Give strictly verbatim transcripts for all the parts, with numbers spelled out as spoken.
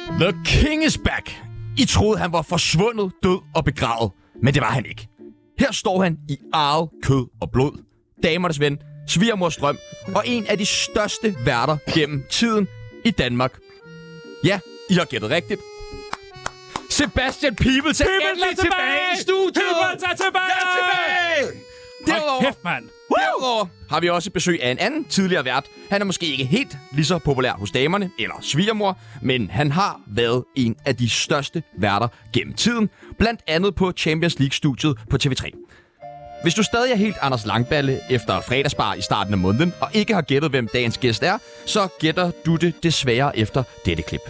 The king is back. I troede, han var forsvundet, død og begravet. Men det var han ikke. Her står han i eget kød og blod. Damernes ven, svigermors drøm og en af de største værter gennem tiden i Danmark. Ja, I har gættet rigtigt. Sebastian Peebles er endelig tilbage i studiet. Peebles er tilbage! Jeg er tilbage! Derudover, Kæft, mand. derudover har vi også besøg af en anden tidligere vært. Han er måske ikke helt lige så populær hos damerne eller svigermor, men han har været en af de største værter gennem tiden. Blandt andet på Champions League-studiet på T V tre. Hvis du stadig er helt Anders Langballe efter fredagsbar i starten af måneden, og ikke har gættet, hvem dagens gæst er, så gætter du det desværre efter dette klip.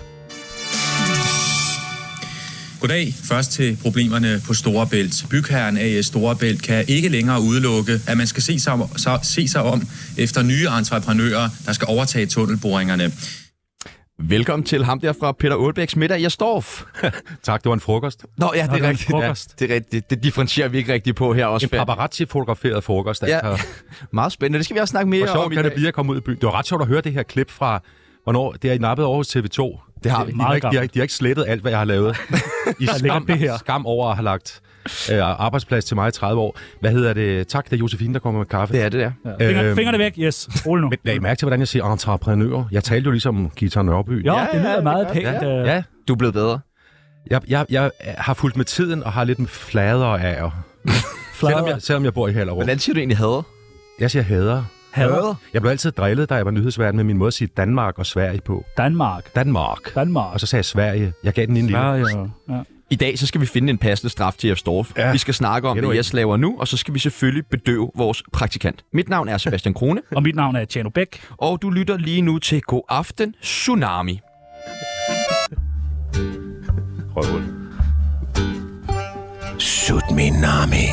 Goddag. Først til problemerne på Storebælt. Bygherren A S Storebælt kan ikke længere udelukke, at man skal se sig, om, så, se sig om efter nye entreprenører, der skal overtage tunnelboringerne. Velkommen til ham der fra Peter Aalbæks middag i Astorf. Tak, det var en frokost. Nå ja, det er Nå, rigtigt. frokost. Ja, det er rigtigt. Det differentierer vi ikke rigtigt på her også. En paparazzi-fotograferet frokost. Ja, Altså. meget spændende. Det skal vi også snakke mere Hvor sjovt om i kan det dag. blive at komme ud i byen. Det var ret sjovt at høre det her klip fra, hvornår det er i nappet over hos T V to. Det har vi. De, Meget har ikke, de, har, gammelt. de har ikke slettet alt, hvad jeg har lavet. I skam, det her. skam over at have lagt øh, arbejdsplads til mig i tredive år. Hvad hedder det? Tak, det er Josefine, der kommer med kaffe. Det er det der. Ja. Finger, Øhm, fingrene væk, yes. Rolig nu. Men lad I mærke til, hvordan jeg siger entreprenører? Jeg talte jo ligesom Gita Nørby. Jo, Ja, det lyder ja, meget det pænt. gør øh. ja. Du er blevet bedre. Jeg, jeg, jeg har fulgt med tiden og har lidt flader af. Selvom jeg, selvom jeg bor i Hellerup. Hvordan siger du egentlig hader? Jeg siger hader. Hader. Jeg blev altid drillet, da jeg var nyhedsvært med min måde at sige Danmark og Sverige på. Danmark. Danmark. Danmark. Og så sagde jeg Sverige. Jeg gav den en lille. Ja, ja, ja. I dag så skal vi finde en passende straf til F. Storff. Ja. Ja. Vi skal snakke om Det er det, du jeg laver nu, og så skal vi selvfølgelig bedøve vores praktikant. Mit navn er Sebastian Krone, Og mit navn er Tjano Bæk. og du lytter lige nu til God Aften Tsunami. Røvhul. Tsunami.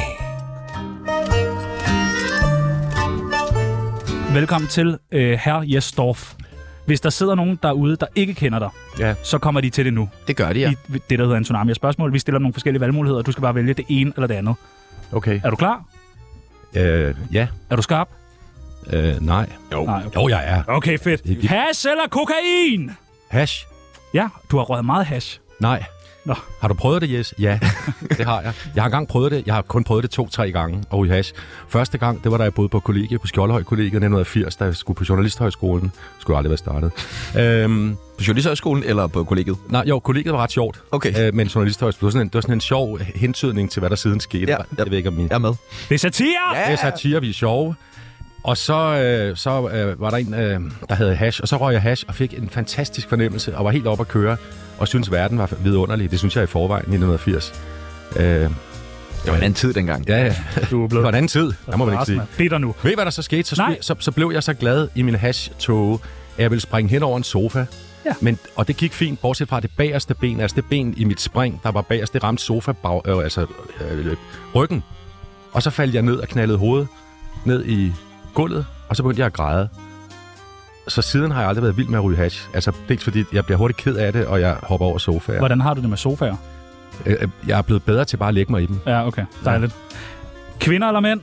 Velkommen til øh, herr Jes Storff. Hvis der sidder nogen derude, der ikke kender dig, Ja. så kommer de til det nu. Det gør de, ja. I det, der hedder en tsunami af spørgsmål. Vi stiller nogle forskellige valgmuligheder, og du skal bare vælge det ene eller det andet. Okay. Er du klar? Øh, ja. Er du skarp? Øh, nej. Jo. Nej, okay. Jo, jeg er. Okay, fedt. Det er vildt. Hash eller kokain? Hash? Ja, du har røget meget hash. Nej. Nå. Har du prøvet det, Jes? Ja, det har jeg. Jeg har engang prøvet det. Jeg har kun prøvet det to-tre gange og i hash. Første gang, det var da jeg boede på kollegiet, på Skjoldhøj Kollegiet i nitten firs, da jeg skulle på Journalisthøjskolen. Skulle aldrig være startet. Øhm, På Journalisthøjskolen eller på kollegiet? nej, jo, kollegiet var ret sjovt. Okay. Øh, men Journalisthøjskolen, det var sådan en, det var sådan en sjov hentydning til, hvad der siden skete. Ja, ja. Jeg ved ikke, om I... Jeg er med. Det er satire! Ja. Det er satire, vi er sjove. Og så, øh, så øh, var der en, øh, der havde hash, og så røg jeg hash og fik en fantastisk fornemmelse og var helt oppe at køre og syntes, verden var vidunderlig. Det synes jeg i forvejen i nitten firs. Øh, Det var en anden tid dengang. ja, ja. Du er Det blevet var en anden tid, der må man ikke sige. Det er der nu. Ved I, hvad der så skete? Så, Nej. så, så blev jeg så glad i min hash-tog, at jeg ville springe hen over en sofa. Ja. Men, og det gik fint, bortset fra det bagerste ben. Altså det ben i mit spring, der var bagerst, det ramte sofa bag, øh, altså, øh, ryggen. Og så faldt jeg ned og knaldede hovedet ned i gulvet, og så begyndte jeg at græde. Så siden har jeg aldrig været vild med at ryge hash. Altså dels fordi jeg bliver hurtigt ked af det, og jeg hopper over sofaer. Hvordan har du det med sofaer? Øh, Jeg er blevet bedre til bare at lægge mig i dem. Ja, okay. Dejligt. Kvinder eller mænd?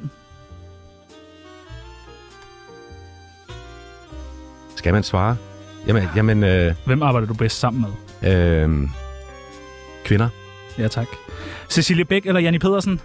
Skal man svare? Jamen, jamen øh, Hvem arbejder du bedst sammen med? øh, kvinder. Ja, tak. Cecilie Bæk eller Janni Pedersen?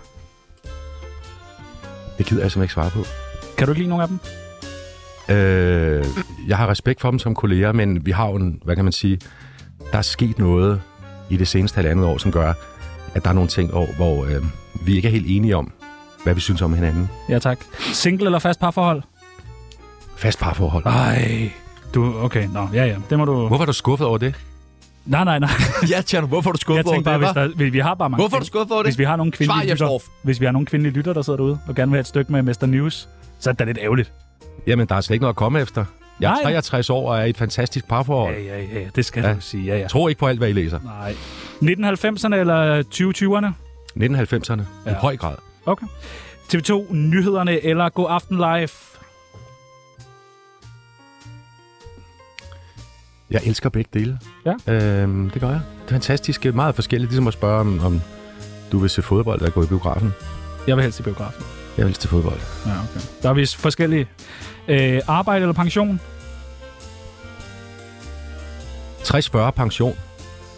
Det gider jeg simpelthen ikke svare på. Kan du ikke lide nogen af dem? Øh, jeg har respekt for dem som kolleger, men vi har jo en, hvad kan man sige, der er sket noget i det seneste halvandet år, som gør, at der er nogle ting, hvor, hvor øh, vi ikke er helt enige om, hvad vi synes om hinanden. Ja, tak. Single eller fast parforhold? Fast parforhold. Ej, du, okay, nå, ja, ja, det må du... Hvorfor er du skuffet over det? Nej, nej, nej. Ja, Tjerno, hvorfor er du skuffet Jeg over tænkte det, bare, hva'? hvis, der, hvis vi har bare mange... Hvorfor er du skuffet over det? Hvis vi har nogle Svar, kvindelige Jes lytter, Storff. hvis vi har nogle kvindelige lytter, der sidder derude og gerne vil have et stykke med mister News, så er det da lidt ærgerligt. Jamen, der er slet ikke noget at komme efter. Jeg er Nej. treogtres år og er i et fantastisk parforhold. Ja, ja, ja, det skal Ja. ja. du sige, ja, ja. Jeg tror ikke på alt, hvad I læser. Nej. nitten halvfemserne eller tyve tyverne? nitten halvfemserne. Ja. I Ja. høj grad. Okay. T V to Nyhederne eller God Aften Live? Jeg elsker begge dele. Ja. Øhm, det gør jeg. Det er fantastisk. Meget forskelligt. Ligesom at spørge, om, om du vil se fodbold eller gå i biografen. Jeg vil helst i biografen. Jeg vil til fodbold. Ja, okay. Der er vist forskellige. Øh, arbejde eller pension? tres fyrre pension.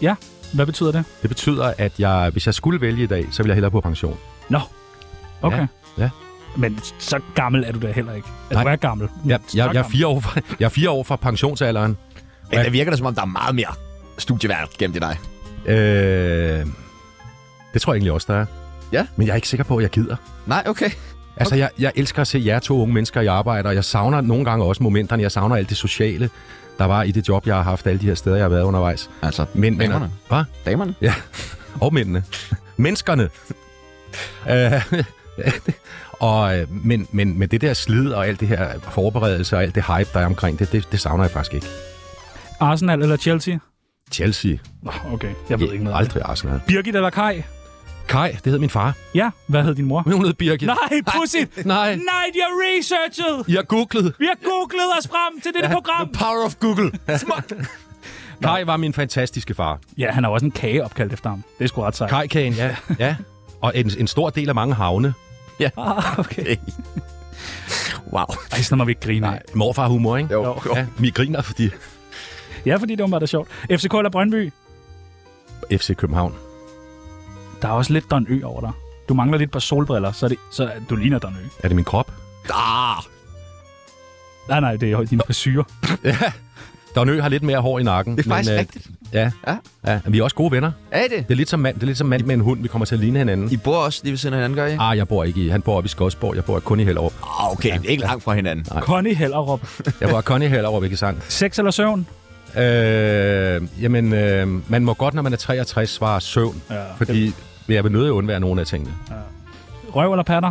Ja, hvad betyder det? Det betyder, at jeg, hvis jeg skulle vælge i dag, så ville jeg hellere på pension. Nå, okay. Ja, ja. Men så gammel er du da heller ikke. Altså, Nej. du er gammel. Jeg, jeg, jeg, er fire år fra, jeg er fire år fra pensionsalderen. Ja, det virker da som om, der er meget mere studievært gennem dig. Øh, det tror jeg egentlig også, der er. Ja. Men jeg er ikke sikker på, at jeg gider. Nej, okay. Altså, jeg, jeg elsker at se jer to unge mennesker i arbejde, og jeg savner nogle gange også momenterne. Jeg savner alt det sociale, der var i det job, jeg har haft alle de her steder, jeg har været undervejs. Altså, Men, men, damerne. hvad? Damerne? Ja, og mændene. Menneskerne. øh, og, øh, men, men med det der slid og alt det her forberedelse og alt det hype, der er omkring det, det, det savner jeg faktisk ikke. Arsenal eller Chelsea? Chelsea. Okay, jeg ved ikke noget. Aldrig Arsenal. Birgit eller Kai? Kai, det hed min far. Ja, hvad hed din mor? Hun hed Birgit. Nej, pudsigt! Nej. Nej, de har researchet! Jeg har googlet. Vi har googlet os frem til dette program! Power of Google. Kai var min fantastiske far. Ja, han har også en kage opkaldt efter ham. Det er sgu ret sejt. Kai-kagen, ja. ja. Og en, en stor del af mange havne. Ja. Ah, okay. Wow. Ej, sådan må vi ikke grine af. Morfar humor, ikke? Jo, jo. Ja, vi griner, fordi Ja, fordi det var da sjovt. F C K eller Brøndby? F C København. Der er også lidt Don Ø over dig. Du mangler lidt på solbriller, så, det, så du ligner Don Ø. Er det min krop? Ah. Nej, nej, det er din frisyr. Ja. Don Ø har lidt mere hår i nakken. Det er faktisk men, rigtigt. Ja. Ja. ja. Vi er også gode venner. Er det? Det er lidt som mand, det er lidt som mand med en hund. Vi kommer til at ligne hinanden. I bor også lige ved siden af hinanden, gør I? Ah, jeg bor ikke i. Han bor oppe i Skodsborg. Jeg bor kun i Hellerup. Ah, okay. Det er ikke langt fra hinanden. Connie Hellerup. Jeg bor kun i Hellerup, ikke sandt? Sex eller søvn? Øh, jamen, øh, man må godt, når man er treogtres, svare søvn. Ja. Fordi jeg vil nødt undvære nogle af tingene. Røv eller patter?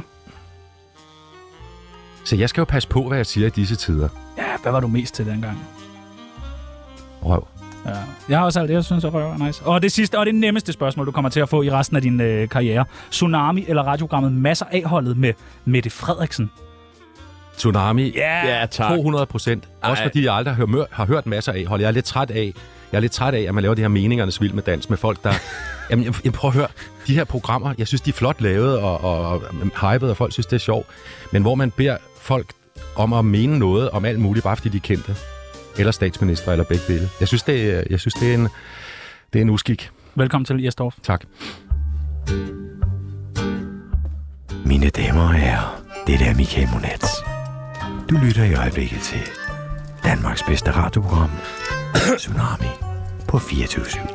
Så jeg skal jo passe på, hvad jeg siger i disse tider. Ja, hvad var du mest til dengang? Røv. Ja. Jeg har også alt det, jeg synes, at røv er nice. Og det sidste og det nemmeste spørgsmål, du kommer til at få i resten af din øh, karriere. Tsunami eller radiogrammet Masser af-holdet med Mette Frederiksen? Tsunami. Ja, Ja, tak. to hundrede procent. Også Ej. fordi jeg aldrig har hørt, har hørt masser af hold. Jeg er lidt træt af, jeg er lidt træt af, at man laver de her meningernes vild med dans med folk, der... Jamen, jeg, jeg prøver at høre. De her programmer, jeg synes, de er flot lavet og, og, og hypet, og folk synes, det er sjovt. Men hvor man beder folk om at mene noget om alt muligt, bare fordi de er kendte. Eller statsminister, eller begge dele. Jeg synes, det er, jeg synes, det er, en, det er en uskik. Velkommen til, Jesdorf. Tak. Mine damer og herrer, det er Michael Monats. Du lytter i øjeblikket til Danmarks bedste radioprogram, Tsunami, på fireogtyve syv.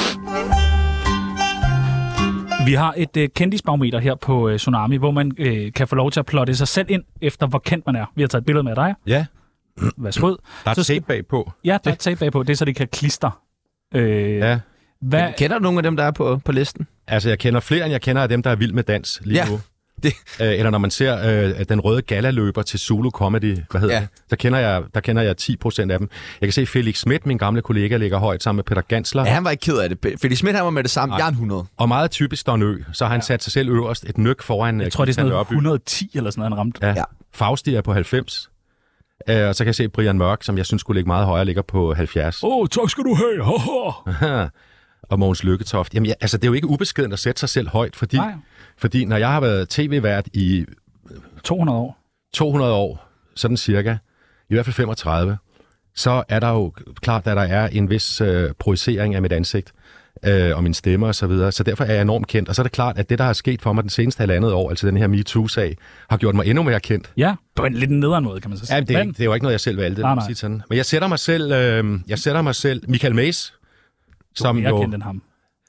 Vi har et øh, kendisbarometer her på øh, Tsunami, hvor man øh, kan få lov til at plotte sig selv ind, efter hvor kendt man er. Vi har taget et billede med dig. Ja, Værsgo. der er Så skal- tape bagpå. Ja, der er tape bagpå. Det er så, de kan klistre. Øh, Ja. Hvad? Kender du nogle af dem, der er på, på listen? Altså, jeg kender flere, end jeg kender af dem, der er vild med dans lige Ja. nu. Det. Øh, eller når man ser øh, den røde galaløber til Zulu Comedy, hvad hedder Ja. det? Der kender, jeg, der kender jeg ti procent af dem. Jeg kan se Felix Schmidt, min gamle kollega, ligger højt sammen med Peter Gansler. Ja, han var ikke ked af det. Felix Schmidt, han var med det samme. Nej. Jeg er en hundrede. Og meget typisk Don Ø, så har han sat sig selv øverst et nyk foran Jeg tror, det er sådan noget et hundrede og ti eller sådan noget, han ramte. Ja. Ja. Fausti er på halvfems. Øh, og så kan jeg se Brian Mørk, som jeg synes skulle ligge meget højere, ligger på halvfjerds. Åh, oh, tak skal du have. Haha. Og Mogens Lykketoft. Jamen, ja, altså, det er jo ikke ubeskedent at sætte sig selv højt, fordi, Nej. fordi når jeg har været tv-vært i to hundrede år. to hundrede år, sådan cirka, i hvert fald femogtredive, så er der jo klart, at der er en vis øh, projicering af mit ansigt øh, og min stemme og så videre. Så derfor er jeg enormt kendt. Og så er det klart, at det, der er sket for mig den seneste halvandet år, altså den her MeToo-sag, har gjort mig endnu mere kendt. Ja, på en lidt nederen måde, kan man så sige. Ja, det, er, Men, ikke- det er jo ikke noget, jeg selv valgte. Nej, Nej, nej. sådan. Men jeg sætter mig selv, øh, jeg sætter mig selv, Michael Mays, du er som mere jo, kendt end ham.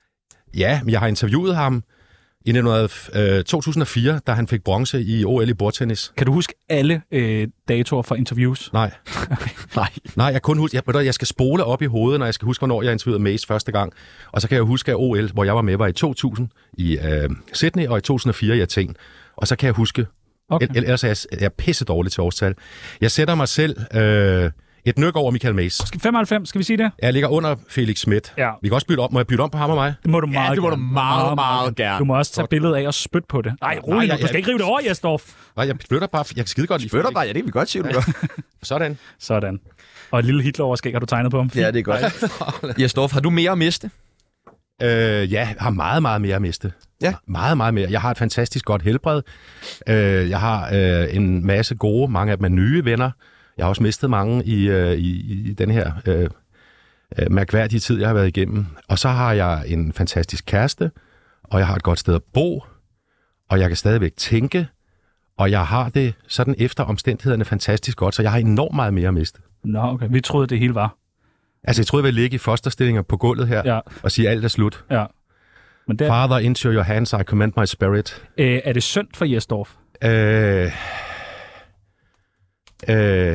ja, men jeg har interviewet ham i to tusind og fire, da han fik bronze i O L i bordtennis. Kan du huske alle øh, datoer for interviews? Nej. Nej. Nej, jeg kun huske, jeg, jeg skal spole op i hovedet, når jeg skal huske, hvornår jeg interviewede Mace første gang. Og så kan jeg huske, at O L, hvor jeg var med, var i to tusind i øh, Sydney, og i to tusind og fire i Athen. Og så kan jeg huske, Okay. el- ellers er jeg, jeg er pisse dårlig til årstal. Jeg sætter mig selv øh, et nyk over Michael Mace. femoghalvfems, skal vi sige det? Jeg ligger under Felix Schmidt. Ja. Vi kan også bytte om. Må jeg bytte om på ham og mig? Det må du meget Ja, det må du gerne. meget, meget gerne. Du må også tage billedet af og spytte på det. Nej, rolig nu. jeg- Du skal ikke rive det over, Jesdorf. Nej, jeg flytter bare. Jeg kan skide godt lide Spytter Felix. bare, ja, det kan vi godt sige, du gør. Sådan. Sådan. Og et lille Hitler-overskæg har du tegnet på ham. Ja, det er godt. Jesdorf, har du mere at miste? Øh, ja, jeg har meget, meget mere at miste. Ja. Meget, meget mere. Jeg har et fantastisk godt helbred. Øh, jeg har øh, en masse gode, mange af dem er nye venner. Jeg har også mistet mange i, øh, i, i den her øh, øh, mærkværdige tid, jeg har været igennem. Og så har jeg en fantastisk kæreste, og jeg har et godt sted at bo, og jeg kan stadigvæk tænke, og jeg har det sådan efter omstændighederne fantastisk godt, så jeg har enormt meget mere at miste. Nå, okay. Vi troede, det hele var. Altså, jeg troede, jeg ville ligge i fosterstillinger på gulvet her, Ja. og sige, alt er slut. Ja. Men det er, Father, into your hands, I commend my spirit. øh, er det synd for Jesdorf? Øh, øh,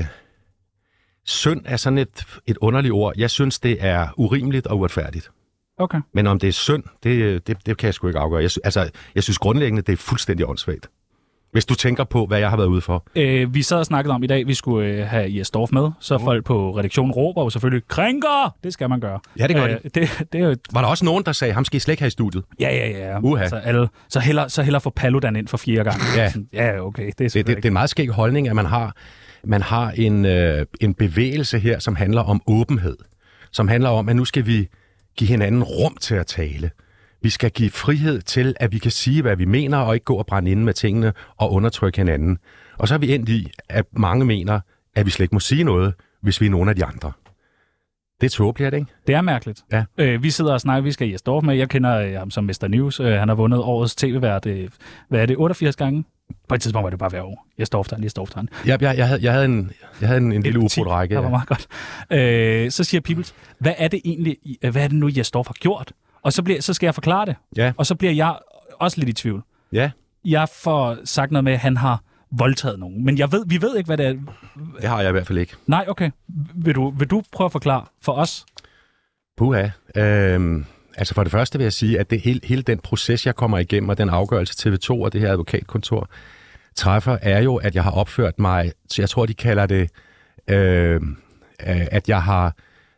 synd er sådan et, et underligt ord. Jeg synes, det er urimeligt og uretfærdigt. Okay. Men om det er synd, det, det, det kan jeg sgu ikke afgøre. Jeg, sy- altså, jeg synes grundlæggende, det er fuldstændig åndssvagt. Hvis du tænker på, hvad jeg har været ude for. Øh, vi sad og snakkede om i dag, vi skulle øh, have Jesdorf med, så uh. folk på redaktionen råber jo selvfølgelig, krænker! Det skal man gøre. Ja, det gør øh, de. Det, det er jo... Var der også nogen, der sagde, ham skal I slet ikke have i studiet? Ja, ja, ja. Uha. Altså, alle, så heller, så heller få Paludan ind for fire gange. Ja. Sådan, ja, okay. Det er, Det, det, det er en meget skæg holdning, at man har, man har en, øh, en bevægelse her, som handler om åbenhed. Som handler om, at nu skal vi give hinanden rum til at tale. Vi skal give frihed til, at vi kan sige, hvad vi mener, og ikke gå og brænde inde med tingene og undertrykke hinanden. Og så er vi endt i, at mange mener, at vi slet ikke må sige noget, hvis vi er nogen af de andre. Det er tåbeligt, ikke? Det er mærkeligt. Ja. Øh, vi sidder og snakker, vi skal Jesdorf med. Jeg kender øh, ham som mister News. Øh, han har vundet årets tv-vært, øh, hvad er det, otteogfirs gange? På et tidspunkt var det bare hver år. Jesdorf-tegn, Jesdorf-tegn. Jeg, jeg, jeg, havde, jeg havde en, jeg havde en, en lille ubrudt række. Det var meget godt. Øh, så siger Peoples, hvad er det egentlig, hvad er det nu, Jesdorf har gjort? Og så, bliver, så skal jeg forklare det. Ja. Og så bliver jeg også lidt i tvivl. Ja, Jeg får sagt noget med, at han har voldtaget nogen. Men jeg ved, vi ved ikke, hvad det er. det har jeg i hvert fald ikke. Nej, okay. Vil du, vil du prøve at forklare for os? Puha. Øhm, altså for det første vil jeg sige, at det, hele, hele den proces, jeg kommer igennem, og den afgørelse T V to og det her advokatkontor træffer, er jo, at jeg har opført mig, så jeg tror, de kalder det, øh, at jeg har,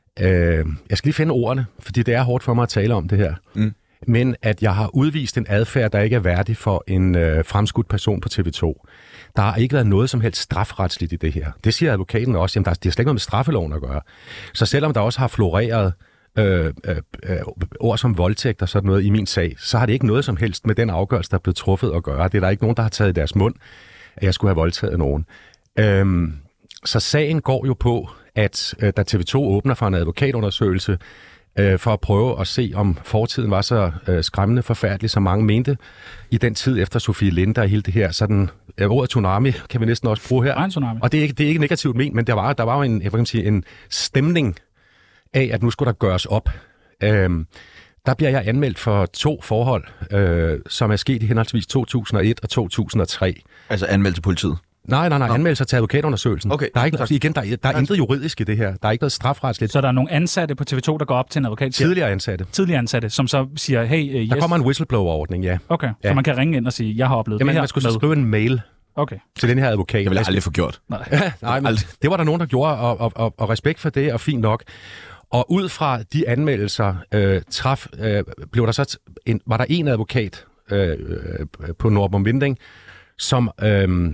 øh, jeg skal lige finde ordene, fordi det er hårdt for mig at tale om det her, mm. men at jeg har udvist en adfærd, der ikke er værdig for en øh, fremskudt person på T V to. Der har ikke været noget som helst strafretsligt i det her. Det siger advokaten også. Jamen, der er, det har slet ikke noget med straffeloven at gøre. Så selvom der også har floreret øh, øh, øh, ord som voldtægt og sådan noget i min sag, så har det ikke noget som helst med den afgørelse, der er blevet truffet at gøre. Det er der ikke nogen, der har taget i deres mund, at jeg skulle have voldtaget nogen. Øhm, så sagen går jo på, at øh, da T V to åbner for en advokatundersøgelse, øh, for at prøve at se, om fortiden var så øh, skræmmende forfærdelig, som mange mente i den tid efter Sofie Linde og hele det her. Sådan, øh, ordet tsunami kan vi næsten også bruge her. En tsunami. Og det er ikke, det er ikke negativt ment, men der var, der var jo en, jeg kan sige, en stemning af, at nu skulle der gøres op. Øhm, der bliver jeg anmeldt for to forhold, øh, som er sket i henholdsvis to tusind og et og to tusind og tre. Altså anmeldt til politiet? Nej, nej, nej, anmeldelser til advokatundersøgelsen. Okay, der er ikke, tak. igen, der, der er intet juridisk i det her. Der er ikke noget strafretsligt. Så der er nogle ansatte på T V to, der går op til en advokat? Siger, Tidligere ansatte. tidligere ansatte, som så siger, hey, uh, yes. Der kommer en whistleblower-ordning, ja. Okay, ja. Ja. Så man kan ringe ind og sige, jeg har oplevet Jamen, det her. man skulle så med- skrive en mail Okay. til den her advokat. Det vil jeg aldrig få gjort. Nej. Nej, men det var der nogen, der gjorde, og, og, og, og respekt for det, og fint nok. Og ud fra de anmeldelser, øh, traf, øh, blev der så en, var der en advokat øh, øh, på Nordbom Vinding, som øh,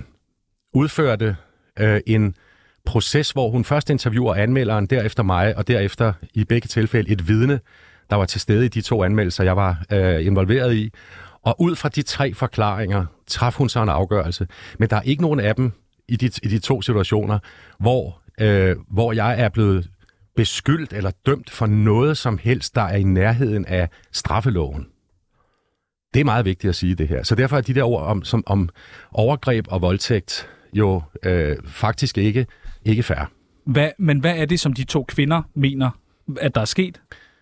udførte øh, en proces, hvor hun først interviewer anmelderen, derefter mig, og derefter i begge tilfælde et vidne, der var til stede i de to anmeldelser, jeg var øh, involveret i. Og ud fra de tre forklaringer traf hun så en afgørelse. Men der er ikke nogen af dem i de, i de to situationer, hvor, øh, hvor jeg er blevet beskyldt eller dømt for noget som helst, der er i nærheden af straffeloven. Det er meget vigtigt at sige det her. Så derfor er de der ord om, som, om overgreb og voldtægt jo øh, faktisk ikke, ikke fair. Hvad, men hvad er det, som de to kvinder mener, at der er sket?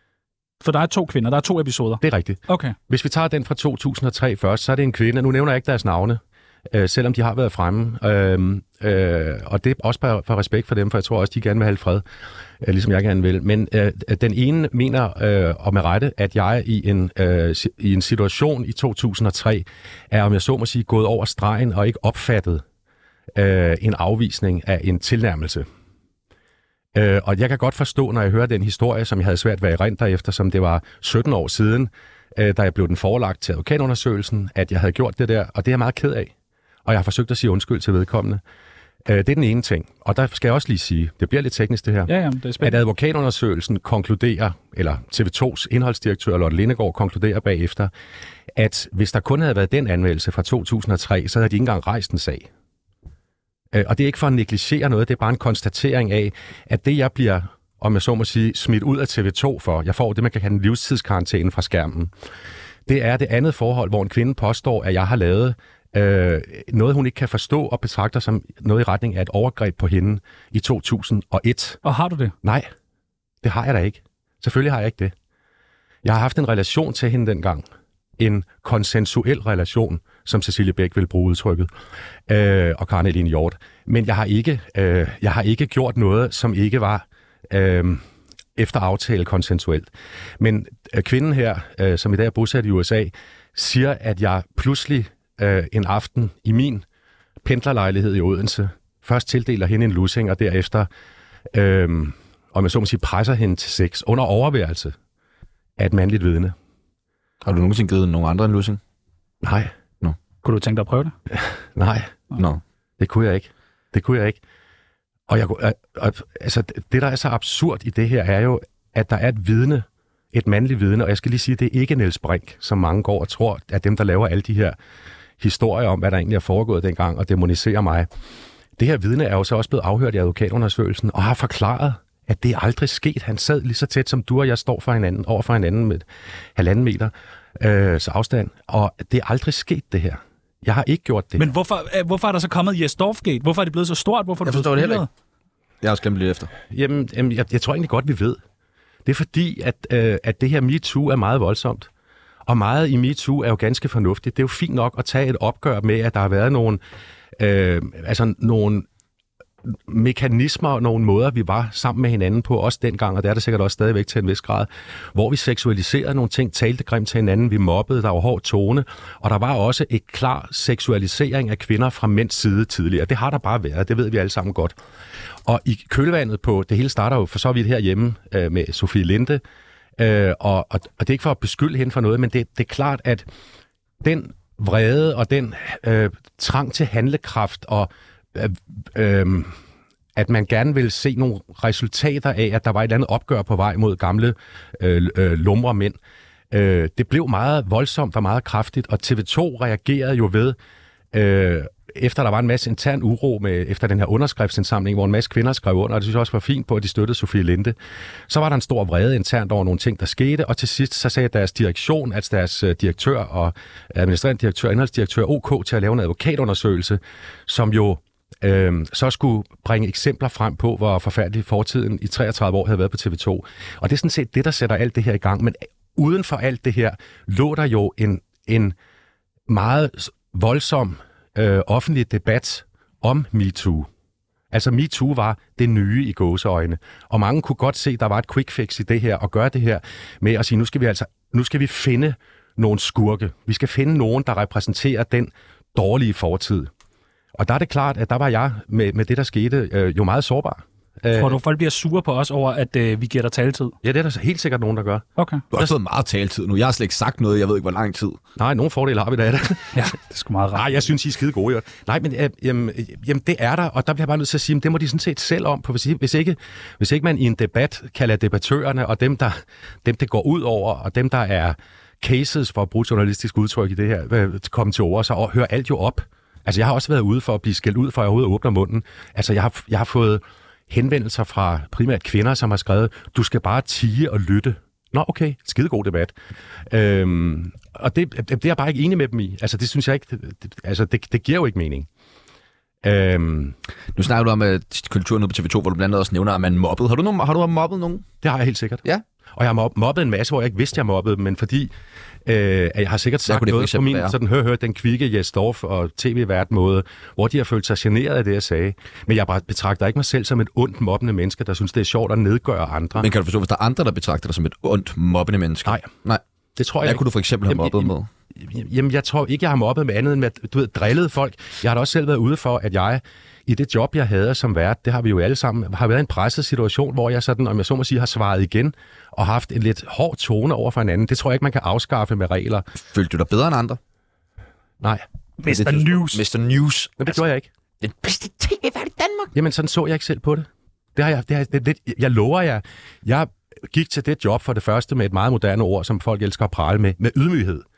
For der er to kvinder, der er to episoder. Det er rigtigt. Okay. Hvis vi tager den fra to tusind og tre først, så er det en kvinde. Nu nævner jeg ikke deres navne, øh, selvom de har været fremme. Øh, øh, og det er også for, for respekt for dem, for jeg tror også, de gerne vil have fred, øh, ligesom jeg gerne vil. Men øh, den ene mener, øh, og med rette, at jeg i en, øh, i en situation i to tusind og tre er, om jeg så må sige, gået over stregen og ikke opfattet øh, en afvisning af en tilnærmelse. Øh, og jeg kan godt forstå, når jeg hører den historie, som jeg havde svært ved at erindre efter, som det var sytten år siden, øh, da jeg blev den forelagt til advokatundersøgelsen, at jeg havde gjort det der, og det er jeg meget ked af. Og jeg har forsøgt at sige undskyld til vedkommende. Øh, det er den ene ting. Og der skal jeg også lige sige, det bliver lidt teknisk det her, Ja, ja, det er at spændende. advokatundersøgelsen konkluderer, eller T V tos indholdsdirektør Lotte Lindegaard konkluderer bagefter, at hvis der kun havde været den anmeldelse fra to tusind og tre, så havde de ikke engang rejst en sag. Og det er ikke for at negligere noget, det er bare en konstatering af, at det, jeg bliver om jeg så må sige, smidt ud af T V to for. Jeg får det, man kan kalde en livstidskarantæne fra skærmen. Det er det andet forhold, hvor en kvinde påstår, at jeg har lavet øh, noget, hun ikke kan forstå og betragter som noget i retning af et overgreb på hende i to tusind og et. Og har du det? Nej, det har jeg da ikke. Selvfølgelig har jeg ikke det. Jeg har haft en relation til hende dengang. En konsensuel relation, som Cecilie Bæk vil bruge udtrykket, øh, og Karen Elin Hjort. Men jeg har ikke, øh, jeg har ikke gjort noget, som ikke var øh, efter aftale konsensuelt. Men øh, kvinden her, øh, som i dag er bosat i U S A, siger, at jeg pludselig øh, en aften i min pendlerlejlighed i Odense først tildeler hende en lussing, og derefter, øh, om jeg så må sige, presser hende til sex under overværelse af et mandligt vidne. Har du nogensinde givet nogen andre en lussing? Nej. Nå. Kunne du tænke dig at prøve det? Nej. Nå. Det kunne jeg ikke. Det kunne jeg ikke. Og jeg, altså, det, der er så absurd i det her, er jo, at der er et vidne, et mandligt vidne, og jeg skal lige sige, det er ikke Niels Brink, som mange går og tror, at dem, der laver alle de her historier om, hvad der egentlig er foregået dengang, og demoniserer mig. Det her vidne er jo så også blevet afhørt i advokatundersøgelsen, og har forklaret, at det er aldrig sket. Han sad lige så tæt, som du og jeg står for hinanden, over for hinanden med halvanden meter øh, så afstand, og det er aldrig sket, det her. Jeg har ikke gjort det. Men hvorfor, hvorfor er der så kommet Jes Dorfgate? Hvorfor er det blevet så stort? Hvorfor er jeg det forstår blevet det heller ikke. Jeg har også glemt lidt efter. Jamen, jamen jeg, jeg tror egentlig godt, vi ved. Det er fordi, at, øh, at det her MeToo er meget voldsomt. Og meget i MeToo er jo ganske fornuftigt. Det er jo fint nok at tage et opgør med, at der har været nogle, øh, altså nogle mekanismer og nogle måder, vi var sammen med hinanden på, også dengang, og det er det sikkert også stadigvæk til en vis grad, hvor vi seksualiserede nogle ting, talte grimt til hinanden, vi mobbede, der var hård tone, og der var også et klar seksualisering af kvinder fra mænds side tidligere. Det har der bare været, det ved vi alle sammen godt. Og i kølvandet på, det hele starter jo for så vidt herhjemme øh, med Sofie Linde, øh, og, og, og det er ikke for at beskylde hende for noget, men det, det er klart, at den vrede og den øh, trang til handlekraft og øh, øh, at man gerne vil se nogle resultater af, at der var et eller andet opgør på vej mod gamle øh, øh, lumre mænd. Øh, det blev meget voldsomt og meget kraftigt, og T V to reagerede jo ved, øh, efter der var en masse intern uro med, efter den her underskriftsindsamling, hvor en masse kvinder skrev under, og det synes jeg også var fint på, at de støttede Sofie Linde. Så var der en stor vrede internt over nogle ting, der skete, og til sidst så sagde deres direktion, altså deres direktør og administrerende direktør og indholdsdirektør OK til at lave en advokatundersøgelse, som jo øh, så skulle bringe eksempler frem på, hvor forfærdelig fortiden i treogtredive år havde været på T V to. Og det er sådan set det, der sætter alt det her i gang. Men uden for alt det her, lå der jo en, en meget voldsom øh, offentlig debat om MeToo. Altså MeToo var det nye i gåseøjne. Og mange kunne godt se, at der var et quick fix i det her, og gøre det her med at sige, nu skal vi altså, nu skal vi finde nogle skurke. Vi skal finde nogen, der repræsenterer den dårlige fortid. Og der er det klart, at der var jeg med, med det, der skete, øh, jo meget sårbar. Tror du, folk bliver sure på os over, at øh, vi giver dig taletid? Ja, det er der helt sikkert nogen, der gør. Okay. Du har også fået meget taletid nu. Jeg har slet ikke sagt noget. Jeg ved ikke, hvor lang tid. Nej, nogle fordele har vi da af det. Ja, det er sgu meget rart. Nej, jeg synes, I er skide gode. Jo. Nej, men øh, jamen, jamen, det er der, og der bliver jeg bare nødt til at sige, at det må de sådan set selv om. På, hvis, hvis, ikke, hvis ikke man i en debat kalder debattørerne, og dem, der, dem, det går ud over, og dem, der er cases for at bruge journalistisk udtryk i det her, øh, komme til ord, så hører alt jo op. Altså, jeg har også været ude for at blive skældt ud, for at jeg overhovedet åbner munden. Altså, jeg har, jeg har fået henvendelser fra primært kvinder, som har skrevet, du skal bare tie og lytte. Nå, okay, skidegod debat. Øhm, og det, det er jeg bare ikke enig med dem i. Altså, det synes jeg ikke, det, det, altså, det, det giver jo ikke mening. Øhm, nu snakker du om uh, kulturen ude på T V to, hvor du blandt andet også nævner, at man mobbede. Har du, nogen, har du mobbet nogen? Det har jeg helt sikkert. Ja. Og jeg har mobbet en masse, hvor jeg ikke vidste, jeg mobbede dem, men fordi øh, jeg har sikkert sagt noget på min, sådan hør, hør, den kvikke Jes Dorf og tv-vært måde, hvor de har følt sig generet af det, jeg sagde. Men jeg bare betragter ikke mig selv som et ondt mobbende menneske, der synes, det er sjovt at nedgøre andre. Men kan du forstå, hvis der er andre, der betragter dig som et ondt mobbende menneske? Nej. Nej. Det tror jeg Hvad ikke. kunne du for eksempel have mobbet med? Jamen, jeg tror ikke, jeg har mobbet med andet end med, du ved, drillet folk. Jeg har da også selv været ude for, at jeg i det job, jeg havde som vært, det har vi jo alle sammen, har været en presset situation, hvor jeg sådan, om jeg så må sige, har svaret igen og haft en lidt hård tone over for hinanden. Det tror jeg ikke, man kan afskaffe med regler. Følte du dig bedre end andre? Nej. mister News. mister News. Men det altså, gjorde jeg ikke. Den bedste tv-vært i Danmark. Jamen, sådan så jeg ikke selv på det. Det har jeg, det har, det, det, jeg lover jer. Jeg gik til det job for det første med et meget moderne ord, som folk elsker at prale med, med ydmyghed.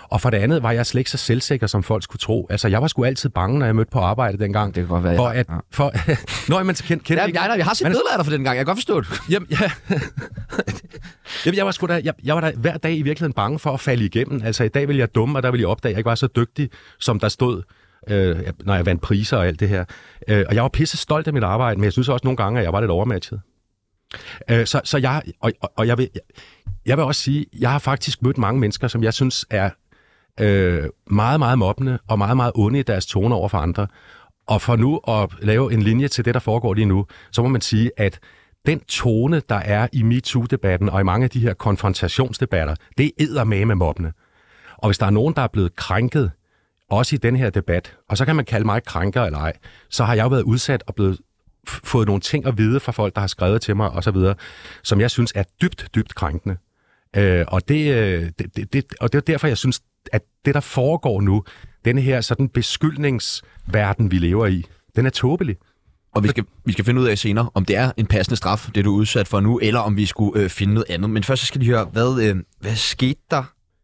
Og for det andet var jeg slet ikke så selvsikker, som folk skulle tro. Altså, jeg var sgu altid bange, når jeg mødte på arbejde dengang. Det kan godt være, for ja. at, for, Nå, men kend, kend Ja, ikke. nej, nej, jeg har set Men- billeder af dig for den gang. Jeg kan godt forstå det. Jamen, ja. Jamen, jeg var sgu da, jeg, jeg var da hver dag i virkeligheden bange for at falde igennem. Altså, i dag ville jeg dumme, og der ville jeg opdage, at jeg ikke var så dygtig, som der stod, øh, når jeg vandt priser og alt det her. Øh, og jeg var pisse stolt af mit arbejde, men jeg synes også nogle gange, at jeg var lidt overmatchet. Øh, så, så jeg, og, og, og jeg vil, jeg vil også sige, jeg har faktisk mødt mange mennesker, som jeg synes er øh, meget, meget mobbende og meget, meget onde i deres tone over for andre. Og for nu at lave en linje til det, der foregår lige nu, så må man sige, at den tone, der er i MeToo-debatten og i mange af de her konfrontationsdebatter, det er eddermame mobbende. Og hvis der er nogen, der er blevet krænket, også i den her debat, og så kan man kalde mig krænker eller ej, så har jeg jo været udsat og blevet f- fået nogle ting at vide fra folk, der har skrevet til mig og så videre, som jeg synes er dybt, dybt krænkende. Øh, og, det, øh, det, det, det, og det er derfor, jeg synes, at det, der foregår nu, denne her sådan beskyldningsverden, vi lever i, den er tåbelig. Og vi skal, vi skal finde ud af senere, om det er en passende straf, det du er udsat for nu, eller om vi skulle øh, finde noget andet. Men først så skal vi høre, hvad, øh, hvad skete der,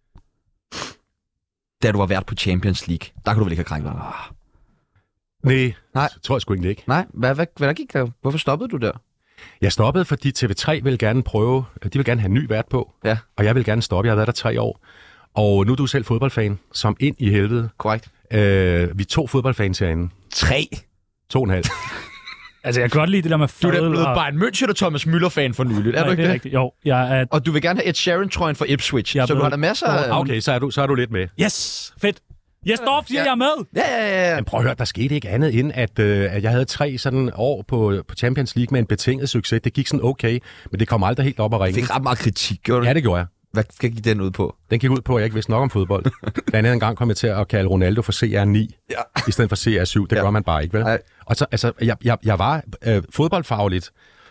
da du var vært på Champions League? Der kunne du vel ikke have krænket dig? Nej, Nej. så tror jeg sgu egentlig ikke. Nej, hvad, hvad, hvad der gik der? Hvorfor stoppede du der? Jeg stoppede, fordi T V tre vil gerne prøve, de vil gerne have en ny vært på, Ja. og jeg vil gerne stoppe. Jeg har været der tre år. Og nu er du selv fodboldfan, som ind i helvede. Korrekt. Øh, vi er to fodboldfans herinde. Tre. To og en halv. Altså, jeg kan godt lide det der med Du er da fadøl blevet og... Bayern München og Thomas Müller-fan for nyligt, er Nej, du ikke det er det? rigtigt. Jo, jeg er... Og du vil gerne have Ed Sheeran-trøjen for Ipswich, Jeg er så du blevet- har da masser af... Okay, så er du, så er du lidt med. Yes! Fedt! Yes, Dorf siger, Ja. jeg er med! Ja, ja, ja, ja. Men prøv at høre, der skete ikke andet end, at, øh, at jeg havde tre sådan år på, på Champions League med en betinget succes. Det gik sådan okay, men det kom aldrig helt op at ringe. Fik ret meget kritik, gjorde du? Ja, det gjorde jeg. Hvad gik den ud på? Den gik ud på, at jeg ikke vidste nok om fodbold. Blandt andet en gang kom jeg til at kalde Ronaldo for C R ni, Ja. i stedet for C R syv. Det Ja. gør man bare ikke, vel? Nej. Og så, altså, jeg, jeg, jeg var øh, fodboldfagligt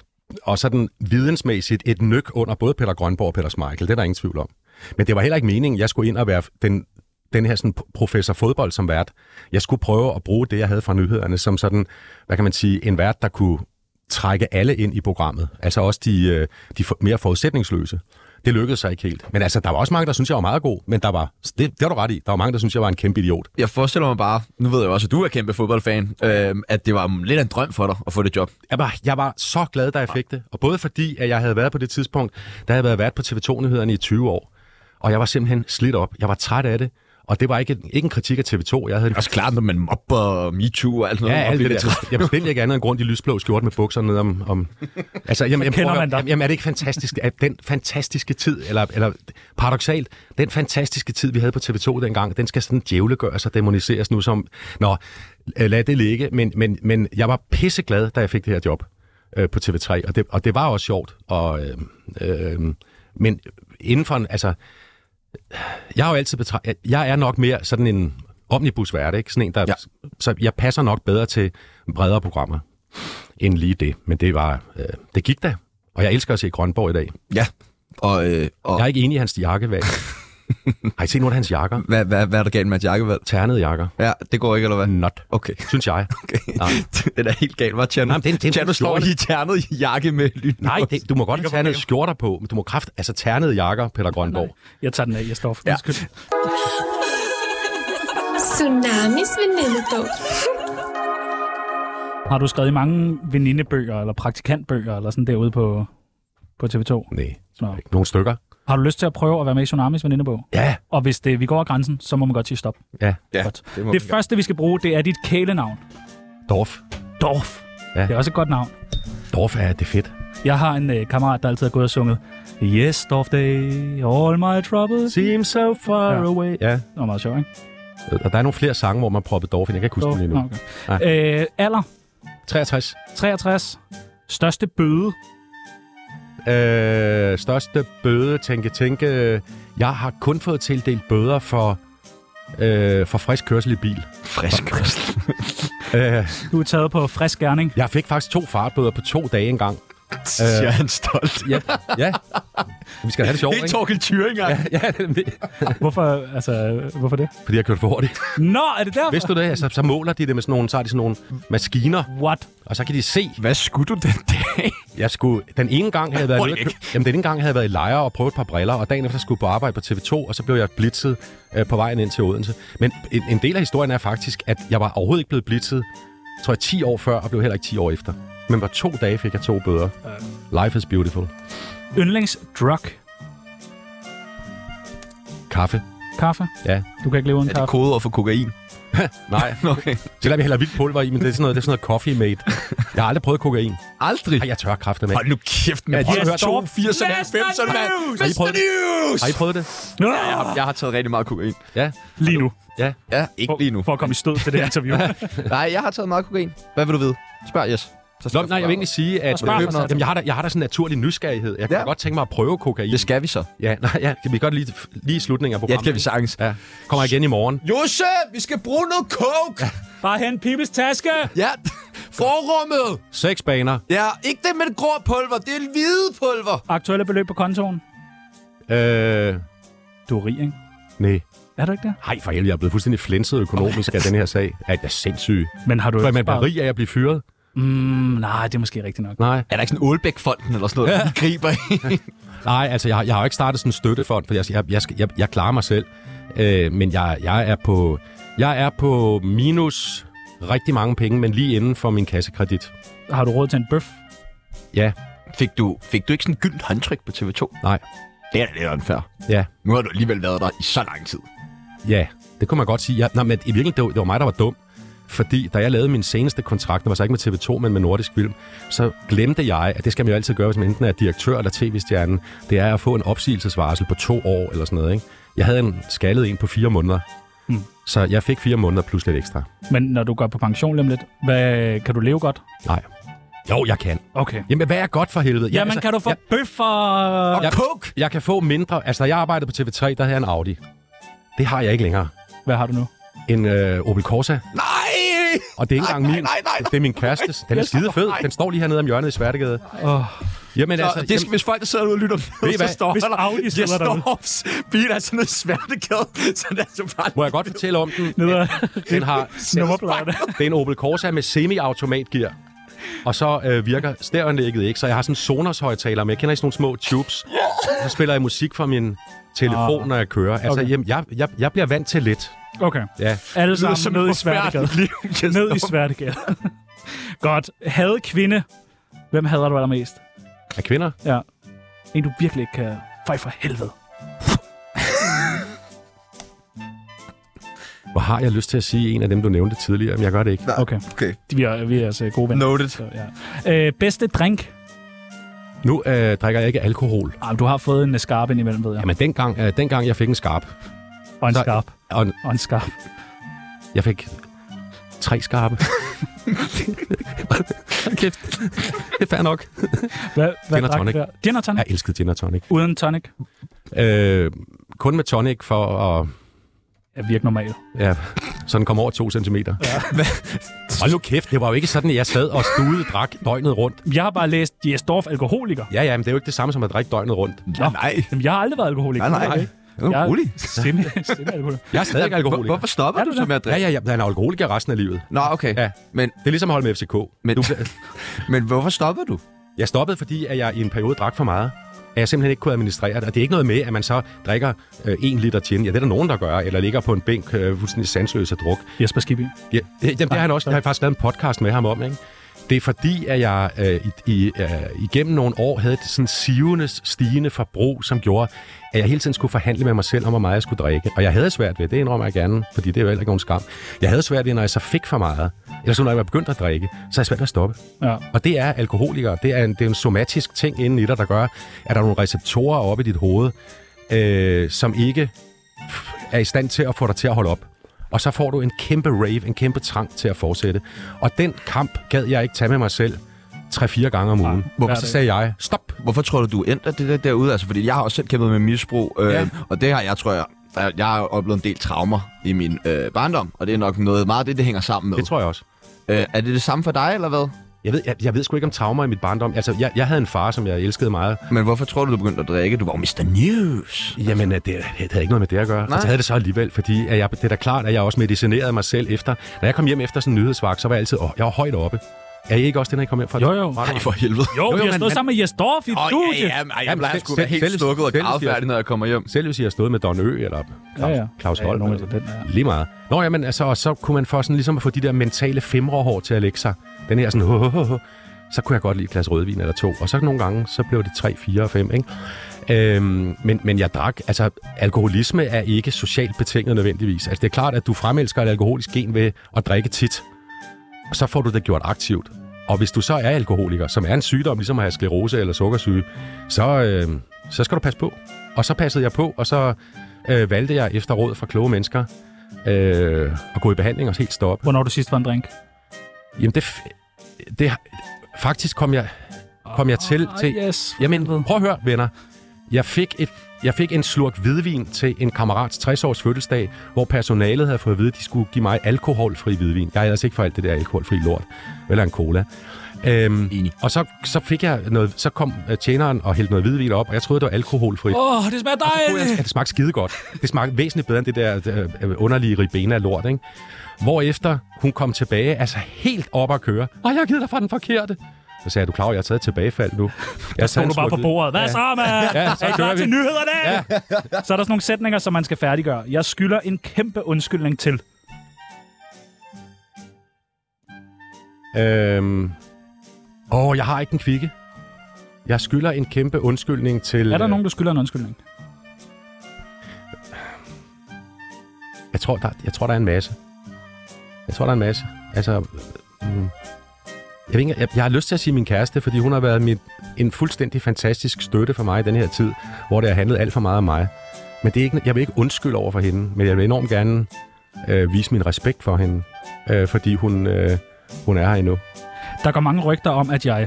og sådan vidensmæssigt et nyk under både Peter Grønborg og Peter Schmeichel. Det er der ingen tvivl om. Men det var heller ikke meningen, jeg skulle ind og være den, den her sådan professor fodbold som vært. Jeg skulle prøve at bruge det, jeg havde fra nyhederne, som sådan, hvad kan man sige, en vært, der kunne trække alle ind i programmet. Altså også de, øh, de for- mere forudsætningsløse. Det lykkedes sig ikke helt. Men altså, der var også mange, der synes jeg var meget god. Men der var, det, det var du ret i. Der var mange, der synes jeg var en kæmpe idiot. Jeg forestiller mig bare, nu ved jeg jo også, at du er kæmpe fodboldfan, øh, at det var lidt af en drøm for dig at få det job. Jeg var, jeg var så glad, da jeg fik det. Og både fordi, at jeg havde været på det tidspunkt, der havde jeg været vært på T V to-nyhederne i tyve år. Og jeg var simpelthen slidt op. Jeg var træt af det. Og det var ikke, ikke en kritik af T V to. Jeg havde Det er også klart, når man mobber og MeToo og alt sådan Ja, noget. alt det lidt der. træt. Jeg bestilte ikke andet end grund i lysblå skjorte med bukserne ned om... om altså, jamen, jamen, kender prøv at man høre, dig. jamen, er det ikke fantastisk, at den fantastiske tid, eller, eller paradoksalt, den fantastiske tid, vi havde på T V to dengang, den skal sådan djævlegøres og demoniseres nu som... Nå, lad det ligge, men, men, men jeg var pisseglad, da jeg fik det her job øh, på T V tre, og det, og det var også sjovt. Og, øh, øh, men inden for en... Altså, jeg har jo altid betragtet... Jeg er nok mere sådan en omnibusvært, ikke? Sådan en, der... Ja. Så jeg passer nok bedre til bredere programmer end lige det. Men det var... Øh, det gik da. Og jeg elsker at se Grønborg i dag. Ja, og, øh, og Jeg er ikke enig i hans jakkevalg. Har I set nogle af hans jakker? hvad, hvad, hvad er der galt med et jakkevalg? Ternede jakker. Ja, det går ikke, eller hvad? Not. Okay. Synes jeg. Okay. Nej. det er helt galt, var Tjerno? Nej, men det er en- det er en Tjerno står skjorte. i ternet jakke med lyn. Nej, det, du må godt have ternede skjorter på, men du må kraft... Altså ternede jakker, Peter Grønborg. Jeg tager den af, jeg står for. Ja. Ja. Tsunamis venindebog. Har du skrevet i mange venindebøger eller praktikantbøger eller sådan derude på, på T V to? Nej, Så. nogle stykker. Har du lyst til at prøve at være med i Tsunamis venindebog? Ja, Og hvis det, vi går over grænsen, så må man godt sige stop. ja. Ja, Godt. det må Det man første, vi skal bruge, det er dit kælenavn. Dorf. Dorf. Ja. Det er også et godt navn. Dorf er det fedt. Jeg har en øh, kammerat, der altid har gået og sunget Yes, Dorf Day, all my troubles. Seems so far Ja. away. Ja, Det var meget sjovt, ikke? og der er nogle flere sange, hvor man proppede Dorf ind. Jeg kan ikke huske dem lige nu. Nå, okay. øh, alder, treogtres. treogtres. Største bøde. Øh, største bøde, tænke, tænke. Jeg har kun fået tildelt bøder for, øh, for frisk kørsel i bil. Frisk kørsel. Øh, Du er taget på frisk gerning. jeg fik faktisk to fartbøder på to dage engang. Siger han stolt. Ja, ja. Vi skal have det sjovt, Helt ikke? Torkild Thüringer. Ja, ja, det, Hvorfor, altså, hvorfor det? fordi jeg kørte for hurtigt. Nå, er det derfor? Vidste du det? Altså, så måler de det med sådan nogle, så har de sådan nogle maskiner, What? og så kan de se. Hvad skulle du den dag? Jeg skulle, den ene gang havde jeg været, Hold nede, ikke. jamen, den ene gang havde jeg været i Lejre og prøvet et par briller, og dagen efter skulle jeg på arbejde på T V to, og så blev jeg blitzet øh, på vejen ind til Odense. Men en, en del af historien er faktisk, at jeg var overhovedet ikke blevet blitzet, tror jeg, ti år før, og blev heller ikke ti år efter. Men på to dage fik jeg to bøder. Life is beautiful. Yndlingsdrug. Kaffe. Kaffe? Ja. Du kan ikke leve uden Er det kaffe. kodeord for kokain? Nej. Okay. Så lader vi hælder hvidt pulver i, men det er sådan noget, det er sådan noget coffee made. Jeg har aldrig prøvet kokain. Aldrig. Ej, jeg tør kræfter med. Hold nu kæft med. Ja, de har hørt to, firserne, halvfemserne, mand. Har I prøvet det? News! Har I prøvet det? Nå, Jeg har, jeg har taget rigtig meget kokain. Ja. lige nu. Ja. Ja, ikke lige nu. For at komme i stød til det her interview. Nej, jeg har taget meget kokain. Hvad vil du vide? Spørg, yes. Så Nå, nej, jeg vil egentlig sige, at spørg øh, mig så. jamen, jeg, har da, jeg har da sådan en naturlig nysgerrighed. Jeg kan Ja. ja. godt tænke mig at prøve kokain. Det skal vi så. Ja, nej, ja, kan vi godt lige, lige i slutningen af Ja, programmet. det kan vi sagtens. Ja. Kommer igen i morgen. Jose, vi skal bruge noget coke. Bare hen Pibes taske. Ja, forrummet. Seks baner. Ja, ikke det med det grå pulver, det er det hvide pulver. Aktuelle beløb på kontoen. Øh, Du er rig, ikke? nej. Er du ikke det? Hej for helvede, jeg er blevet fuldstændig flænset økonomisk af den her sag. Er jeg sindssyg? Men har du For ikke man bliver sparet- rig af at blive fyret? Mm, nej, det er måske rigtigt nok. Nej. Er der ikke sådan Ålbæk-fonden eller sådan noget, ja. De griber i? Nej, altså jeg, har- jeg har jo ikke startet sådan en støttefond, for jeg, jeg, jeg, skal- jeg, jeg klarer mig selv. Øh, men jeg, jeg, er på, jeg er på minus rigtig mange penge, men lige inden for min kassekredit. Har du råd til en bøf? Ja, Fik du, fik du ikke sådan en gyldent håndtryk på T V to? nej, Det er lidt unfair. ja, Nu har du alligevel været der i så lang tid. ja. Det kunne man godt sige. Ja, nej, men i virkeligheden, det var, det var mig, der var dum. Fordi da jeg lavede min seneste kontrakt, det var så ikke med T V to, men med Nordisk Film, så glemte jeg, at det skal man jo altid gøre, hvis man enten er direktør eller tv-stjernen, det er at få en opsigelsesvarsel på to år eller sådan noget, ikke? Jeg havde en skaldet en på fire måneder. Hmm. Så jeg fik fire måneder plus lidt ekstra. Men når du går på pension lige om lidt, hvad, kan du leve godt? Nej. Jo, jeg kan. Okay. Jamen, hvad er godt for helvede? Jamen, altså, kan du få jeg, bøf og... jeg, Coke! jeg kan få mindre. Altså, da jeg arbejdede på T V tre, der havde jeg en Audi. Det har jeg ikke længere. Hvad har du nu? En øh, Opel Corsa. Nej! Og det er ikke engang nej, min. nej, nej, nej. Det er min kærestes. Den er skide fed. Den står lige hernede om hjørnet i Sværtegade. Oh. Jamen, Så, altså... det skal, hvis folk, der sidder ude og lytter med, I hvad? så står Hvis der... Audi Jeg sidder derude. står bilen er sådan noget sværtegade, så det er så bare... Må jeg godt fortælle om den? Nede af Den har... nummerpladerne. Det er en Opel Corsa med semi-automatgear. Og så øh, virker stereoanlægget ikke, så jeg har sådan en Sonos-højtaler med. Jeg kender I sådan nogle små tubes? Så spiller jeg musik fra min telefon, når jeg kører. Altså, Okay. jamen, jeg, jeg, jeg bliver vant til lidt. Okay. Ja. Alle som sammen ned i et Sværtegade. forfærdeligt liv. Ned i Sværtegade. Godt. Had kvinde. Hvem hader du allermest? Er kvinder? Ja. En, du virkelig ikke kan... Fej for helvede. Hvor har jeg lyst til at sige en af dem, du nævnte tidligere, men jeg gør det ikke. Okay. Okay. Vi er, vi er altså gode venner. Noted. Så, ja. øh, bedste drink? Nu øh, drikker jeg ikke alkohol. Ah, du har fået en skarp ind imellem, ved jeg. Jamen, dengang, øh, dengang jeg fik en skarp. Og en så- skarp. Og en, Og en skarp. jeg fik tre skarpe. Kæft. Det er fair nok. Hvad, hvad Gin og drak tonic. du der? Gin og tonic? Jeg elskede gin og tonic. Uden tonic? Øh, kun med tonic for at... Ja, virke normalt. Ja, så den kom over to centimeter. Ja. Hold nu kæft, det var jo ikke sådan, at jeg sad og stuede drak døgnet rundt. Jeg har bare læst, de er Dorf alkoholiker. Ja, ja, men det er jo ikke det samme som at drikke døgnet rundt. Ja, nej. Jamen, jeg har aldrig været alkoholiker. Nej, nej. Jeg Ja, er rolig. stemme, stemme alkoholiker. Jeg er stadig Hvor, alkoholiker. hvorfor stopper Er du du så det? med at Ja, drikke? ja, ja, han er alkoholiker resten af livet. Nå, okay. Ja. Men, Det er ligesom at holde med F C K. men, Du, men hvorfor stopper du? jeg stoppede, fordi at jeg i en periode drak for meget. At jeg simpelthen ikke kunne administrere det. Og det er ikke noget med, at man så drikker øh, en liter gin. Ja, det er der nogen, der gør. Eller ligger på en bænk øh, fuldstændig sansløs af druk. Jesper Skibby. Ja, det, det, det har han også. Det har jeg faktisk lavet en podcast med ham om, ikke? Det er fordi, at jeg øh, i, i, øh, igennem nogle år havde et sådan sivende, stigende forbrug, som gjorde, at jeg hele tiden skulle forhandle med mig selv om, hvor meget jeg skulle drikke. Og jeg havde svært ved, det indrømmer jeg gerne, fordi det er jo heller ikke nogen skam. Jeg havde svært ved, når jeg så fik for meget, eller så når jeg var begyndt at drikke, så er jeg svært ved at stoppe. Ja. Og det er alkoholikere. Det er en, det er en somatisk ting inde i dig, der gør, at der er nogle receptorer oppe i dit hoved, øh, som ikke er i stand til at få dig til at holde op. Og så får du en kæmpe rave, en kæmpe trang til at fortsætte. Og den kamp gad jeg ikke tage med mig selv tre-fire gange om ugen. hver Og så dag. sagde jeg, stop. Hvorfor tror du, du endte det der derude? Altså, fordi jeg har også selv kæmpet med misbrug, øh, Ja. og det har jeg, tror jeg, jeg, jeg har oplevet en del traumer i min øh, barndom, og det er nok noget meget af det, det hænger sammen med. Det tror jeg også. Øh, er det det samme for dig, eller hvad? Jeg ved, jeg, jeg ved sgu ikke om traumer i mit barndom. Altså, jeg, jeg havde en far, som jeg elskede meget. Men hvorfor tror du, du begyndte at drikke? Du var mister News. Jamen, det, det havde ikke noget med det at gøre. Og så havde det så alligevel, fordi at jeg, det er da klart, at jeg også medicinerede mig selv efter. Når jeg kom hjem efter sådan en nyhedsvagt, så var jeg altid, åh, jeg var højt oppe. Er I ikke også det, når I kom hjem fra Jo, jo. Nej, for helvede. Jo, jo, vi har stået sammen med Jes Dorf i et Åh, studie. ja, ja, ja, jeg plejer Jamen, sgu selv- være helt selv- stukket og selv- gravfærdig, når jeg kommer hjem. Selv hvis jeg har stået med Don Ø eller Claus, Ja, ja. Claus Ja, Holm. nogle eller af den, ja. Lige meget. Nå, jamen, altså, og så kunne man få sådan ligesom at få de der mentale femrehår til at lægge sig. Den her sådan, ho, ho, ho, ho. Så kunne jeg godt lide et glas rødvin eller to. Og så nogle gange, så blev det tre, fire og fem, ikke? Øhm, men, men jeg drak, altså alkoholisme er ikke socialt betinget nødvendigvis. Altså det er klart, at du fremelsker et alkoholisk gen ved at drikke tit. Og så får du det gjort aktivt. Og hvis du så er alkoholiker, som er en sygdom, ligesom at have sklerose eller sukkersyge, så, øh, så skal du passe på. Og så passede jeg på, og så øh, valgte jeg efter råd fra kloge mennesker øh, at gå i behandling og helt stoppe. Hvornår du sidst var en drink? Jamen det, det faktisk kom jeg kom jeg til Ah, til. yes. Jamen prøv at høre, venner. Jeg fik et jeg fik en slurk hvidvin til en kammerats tres-års fødselsdag, hvor personalet havde fået at vide, at de skulle give mig alkoholfri hvidvin. Jeg er ellers ikke for alt det der alkoholfri lort. Eller en cola. Øhm, og så, så fik jeg noget, så kom tjeneren og hældte noget hvidvin op, og jeg troede, det var alkoholfri. Åh, oh, det smager dejligt! Ja, det smagte skide godt. Det smagte væsentligt bedre end det der, der underlige ribena-lort, ikke? Hvorefter hun kom tilbage, altså helt op at køre. Og jeg har givet dig for den forkerte. Så sagde jeg, du klar, jeg har taget tilbagefald nu. Jeg Stod du bare på bordet. Hvad ja. så, mand? Ja, så er I klar kører til vi. nyhederne? Ja. Så er der sådan nogle sætninger, som man skal færdiggøre. Jeg skylder en kæmpe undskyldning til. Øhm... Åh, jeg har ikke en kvikke. Jeg skylder en kæmpe undskyldning til... Er der nogen, du skylder en undskyldning? Jeg tror, der, jeg tror, der er en masse. Jeg tror, der er en masse. Altså... Mm, jeg, ved ikke, jeg, jeg har lyst til at sige min kæreste, fordi hun har været mit, en fuldstændig fantastisk støtte for mig i den her tid, hvor det har handlet alt for meget om mig. Men det er ikke, jeg vil ikke undskylde over for hende, men jeg vil enormt gerne øh, vise min respekt for hende, øh, fordi hun, øh, hun er her endnu. Der går mange rygter om, at jeg...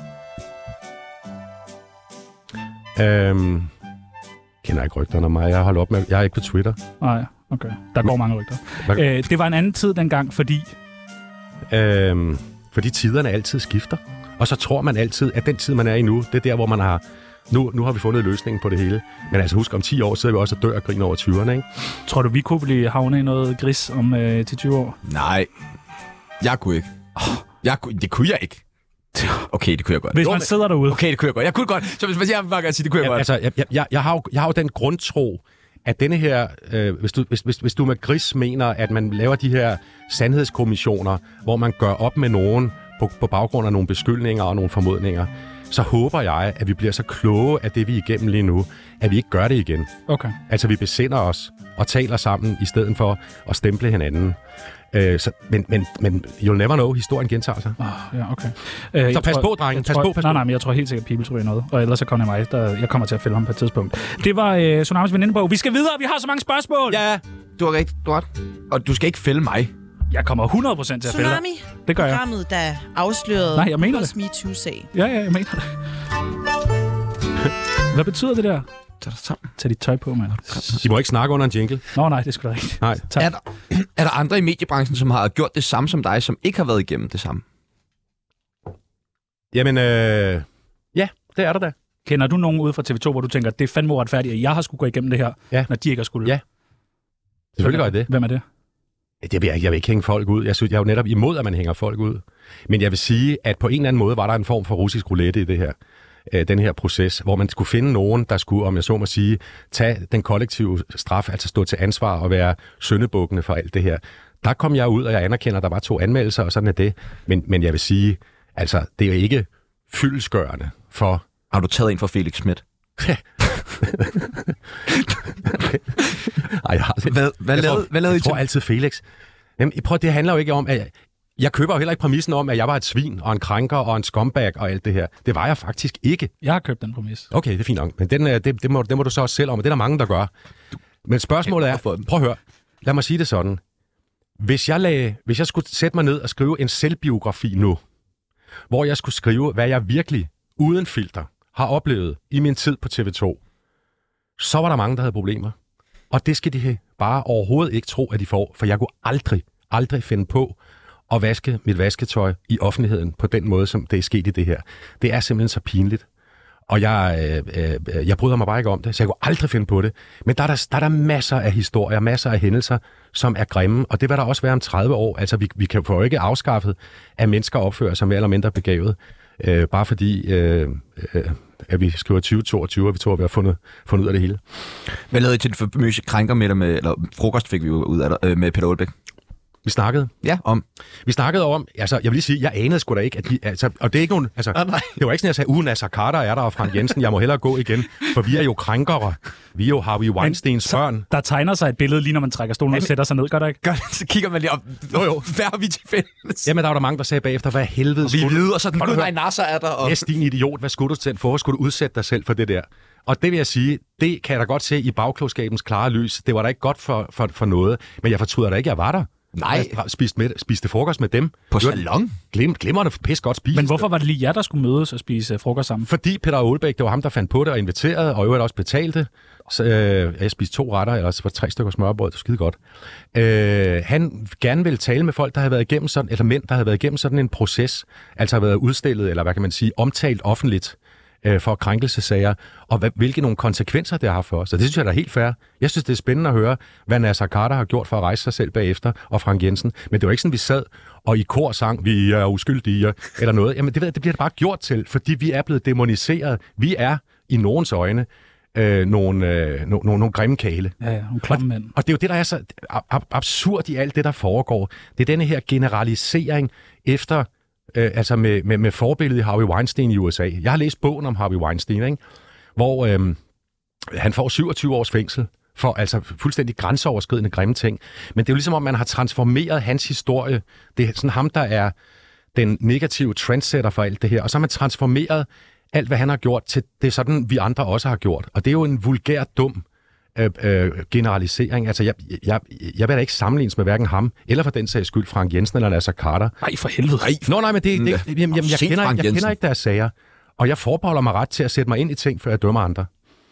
Øhm, kender ikke rygterne om mig. Jeg har holdt op med... Jeg er ikke på Twitter. Nej, okay. Der går mange rygter. Øh, det var en anden tid dengang, fordi... Øhm, fordi tiderne altid skifter. Og så tror man altid, at den tid, man er i nu, det er der, hvor man har... Nu, nu har vi fundet løsningen på det hele. Men altså husk, om ti år sidder vi også og dør og griner over tyverne, ikke? Tror du, vi kunne blive havne i noget gris om øh, til tyve år? Nej, jeg kunne ikke. Jeg kunne, det kunne jeg ikke. Okay, det kunne jeg godt. Hvis Jo, man men- sidder derude. Okay, det kunne jeg godt. Jeg kunne godt. Så hvis man siger, jeg vil bare gerne sige, det kunne jeg Ja, godt. altså, jeg, jeg, jeg, jeg, har jo, jeg har jo den grundtro, at denne her... Øh, hvis, du, hvis, hvis, hvis du med gris mener, at man laver de her sandhedskommissioner, hvor man gør op med nogen på, på baggrund af nogle beskyldninger og nogle formodninger, så håber jeg, at vi bliver så kloge af det, vi er igennem lige nu, at vi ikke gør det igen. Okay. Altså, vi besinder os og taler sammen, i stedet for at stemple hinanden. Øh, så, men, men, men you'll never know, historien gentager sig. Oh, ja, okay. Øh, Så pas på, drenge. Pas på, pas nej, på. nej, men jeg tror helt sikkert, at Pibels ryger noget. Og ellers så kommer mig, der, jeg kommer til at fælde ham på et tidspunkt. Det var øh, Tsunamis venindebog. Vi skal videre, vi har så mange spørgsmål. Ja, du har rigtigt. Du har ret. Og du skal ikke fælde mig. Jeg kommer hundrede procent til at fælde dig. Tsunami, Det gør jeg. programmet, der afslørede Nej, jeg mener Plus det. MeToo-sag. Ja, ja, jeg mener det. Hvad betyder det der? Tag dig sammen. Tag dit tøj på, mand. I må ikke snakke under en jingle. Nå, nej, det skulle da rigtigt. Nej. Tak. Er der, er der andre i mediebranchen, som har gjort det samme som dig, som ikke har været igennem det samme? Jamen, øh, ja, det er der da. Kender du nogen ude fra T V to, hvor du tænker, det er fandme uretfærdigt, at jeg har skulle gå igennem det her, Ja. når de ikke har skulle? Ja. Selvfølgelig gør jeg det. Hvem er det? Jeg vil, jeg vil ikke hænge folk ud. Jeg synes, jeg er jo netop imod, at man hænger folk ud. Men jeg vil sige, at på en eller anden måde var der en form for russisk roulette i det her. Øh, den her proces, hvor man skulle finde nogen, der skulle, om jeg så må sige, tage den kollektive straf, altså stå til ansvar og være syndebukkende for alt det her. Der kom jeg ud, og jeg anerkender, at der var to anmeldelser, og sådan er det. Men, men jeg vil sige, altså, det er jo ikke fyldestgørende for... Har du taget en for Felix Schmidt? Ej, jeg har det. Hvad, hvad jeg lavede, tror, hvad lavede jeg I tror til? altid Felix. Jamen, prøv, det handler jo ikke om, at jeg, jeg køber jo heller ikke præmissen om, at jeg var et svin og en krænker og en scumbag og alt det her. Det var jeg faktisk ikke. Jeg har købt den præmis. Okay, det er fint nok. Men den, det, det, må, det må du så også selv om, og det er der mange, der gør. Men spørgsmålet er, prøv at høre, lad mig sige det sådan. Hvis jeg, lagde, hvis jeg skulle sætte mig ned og skrive en selvbiografi nu, hvor jeg skulle skrive, hvad jeg virkelig, uden filter, har oplevet i min tid på T V to, så var der mange, der havde problemer. Og det skal de bare overhovedet ikke tro, at de får, for jeg kunne aldrig, aldrig finde på at vaske mit vasketøj i offentligheden på den måde, som det er sket i det her. Det er simpelthen så pinligt. Og jeg, øh, øh, jeg bryder mig bare ikke om det, så jeg kunne aldrig finde på det. Men der er der, der er der masser af historier, masser af hændelser, som er grimme, og det vil der også være om tredive år. Altså, vi, vi kan få ikke afskaffet, at mennesker opfører sig mere eller mindre begavet, øh, bare fordi, øh, øh, at vi skriver tyve toogtyve, og vi tror, at vi har fundet, fundet ud af det hele. Hvad lavede I til den famøse krænker med, med, eller frokost fik vi jo ud af der, øh, med Peter Aalbæk? Vi snakkede. Ja, om. Vi snakkede om, altså, jeg vil lige sige, jeg anede sgu da ikke, at de, altså, og det er ikke nogen, altså, ah, det var ikke sådan, at jeg sagde, ugen Nasser Carter er der, og Frank Jensen, jeg må hellere gå igen, for vi er jo krænkere. Vi er jo Harvey Weinsteins børn. Der tegner sig et billede, lige når man trækker stolen og sætter sig ned, gør der ikke? Godt, så kigger man lige op. Jo, jo. Hvad har vi til fælles? Jamen, der var der mange, der sagde bagefter, hvad helvede og vi er hvide, og så den gud, nej, Nasser er der. Og... Yes, din idiot, hvad skulle du til? Hvorfor skulle du udsætte dig selv for det der? Og det vil jeg sige, det kan jeg da godt se i bagklogskabens klare lys. Det var da ikke godt for, for, for noget, men jeg fortryder da ikke, at jeg var der. Nej. Jeg spiste, med, spiste frokost med dem. På salon? Glim, glimrende, pis godt spist. Men hvorfor var det lige jer, der skulle mødes og spise frokost sammen? Fordi Peter Aalbæk, det var ham, der fandt på det og inviterede, og øvrigt også betalte. Så, øh, jeg spiste to retter, eller så var tre stykker smørbrød, det var skide godt. Øh, han gerne ville tale med folk, der havde været igennem sådan, eller mænd, der havde været igennem sådan en proces, altså har været udstillet, eller hvad kan man sige, omtalt offentligt øh, for krænkelsesager, og hvad, hvilke nogle konsekvenser det har haft for os. Så det synes jeg, der er helt fair. Jeg synes, det er spændende at høre, hvad Nasser Carter har gjort for at rejse sig selv bagefter, og Frank Jensen. Men det var ikke sådan, vi sad og i kor sang, vi er uskyldige, eller noget. Jamen det, ved jeg, det bliver det bare gjort til, fordi vi er blevet demoniseret. Vi er i nogens øjne øh, nogle, øh, no, no, nogle grimme kæle. Ja, ja, nogle klamme mænd. Og, og det er jo det, der er så ab- absurd i alt det, der foregår. Det er denne her generalisering efter, øh, altså med, med, med forbilledet i Harvey Weinstein i U S A. Jeg har læst bogen om Harvey Weinstein, ikke? Hvor øh, han får syvogtyve års fængsel for altså fuldstændig grænseoverskridende grimme ting. Men det er jo ligesom, om man har transformeret hans historie. Det er sådan ham, der er den negative trendsetter for alt det her. Og så har man transformeret alt, hvad han har gjort, til det sådan, vi andre også har gjort. Og det er jo en vulgær, dum øh, øh, generalisering. Altså, jeg, jeg, jeg vil da ikke sammenlignes med hverken ham, eller for den sags skyld Frank Jensen eller Nasser Carter. Nej, for helvede. Nej. Nå, nej, men det, det, det jamen, jamen, jeg, kender, jeg Jensen. kender ikke deres sager. Og jeg forbeholder mig ret til at sætte mig ind i ting, før jeg dømmer andre.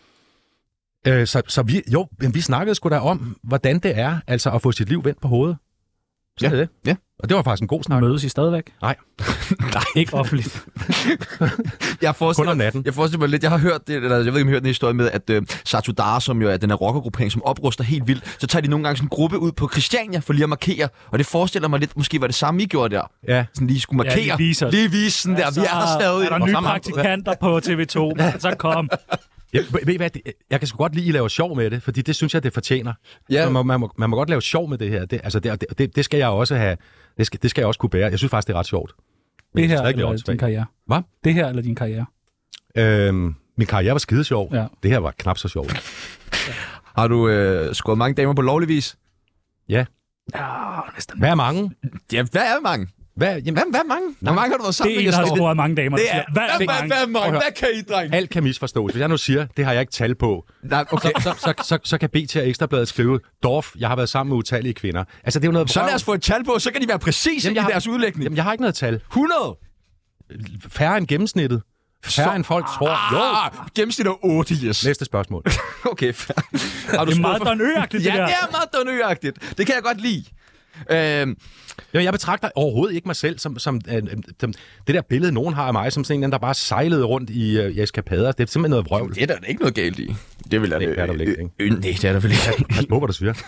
Øh, så, så vi, jo, vi snakkede sgu da om, hvordan det er altså at få sit liv vendt på hovedet. Sådan Ja. er det. Ja. Og det var faktisk en god snak. Mødes I stadigvæk? Nej. Nej, ikke offentligt. Jeg Kun om natten. Jeg forestiller mig lidt, jeg har hørt det, eller jeg ved ikke, om I har hørt den historie med, at uh, Satudar, som jo er den her rockergruppering, som opruster helt vildt, så tager de nogle gange sådan en gruppe ud på Christiania for lige at markere, og det forestiller mig lidt, måske var det samme, I gjorde der. Ja. Sådan lige skulle markere. Ja, lige vise os. Lige vise sådan der, vi er her stadig. Er der nye praktikanter på T V to? Så kom. Ja, ved I hvad, det- jeg kan sgu godt lide, at I laver sjov med det, fordi det synes jeg, det fortjener. Ja. Man, må, man, må, man må godt lave sjov med det her. Det, altså, det, det, det skal jeg også have. Det skal, det skal jeg også kunne bære. Jeg synes faktisk, det er ret sjovt. Men Det jeg her synes stadig, det er eller åndssvagt. din karriere? Hvad? Det her eller din karriere? Øhm, min karriere var skide sjov. Ja. Det her var knap så sjovt. Har du øh, skåret mange damer på lovlig vis? Ja. Ja, næsten. Hvad er mange? Ja, hvad er mange? Hvad, jamen, Hvad, hvad er mange? Hvor mange har du været sammen Det er med? en, der har Jesper? scoret mange damer. Det der er, siger, Hvad er hvad, hvad, mange? hvad er mange? Prøv at høre. Hvad kan I, dreng? alt kan misforstås. Hvis jeg nu siger, det har jeg ikke tal på, Nej, okay. så, så, så, så kan B T og Ekstrabladet skrive, Dorf, jeg har været sammen med utallige kvinder. Altså, det er jo noget Så lad vrøvl. os få et tal på, så kan de være præcise Jamen, i jeg har- deres udlægning. Jamen, jeg har ikke noget tal. hundrede. Færre end gennemsnittet. Færre end folk tror. Jo. Ah, gennemsnit er otte, yes. Næste spørgsmål. Okay, fair. Har du Det er meget skåret for- Don-Ø-agtigt, det Ja, der. det er meget Don-Ø-agtigt. Det kan jeg godt lide. Øhm, Jamen, jeg betragter overhovedet ikke mig selv som, som, øh, øh, som det der billede, nogen har af mig, som sådan en, eller anden, der bare sejlede rundt i, øh, i eskapader. Det er simpelthen noget vrøvl. det er der ikke noget galt i. Det vil jeg Det er der vel ikke, ikke? Øh, nej, det er der vel ikke. Jeg håber, du siger.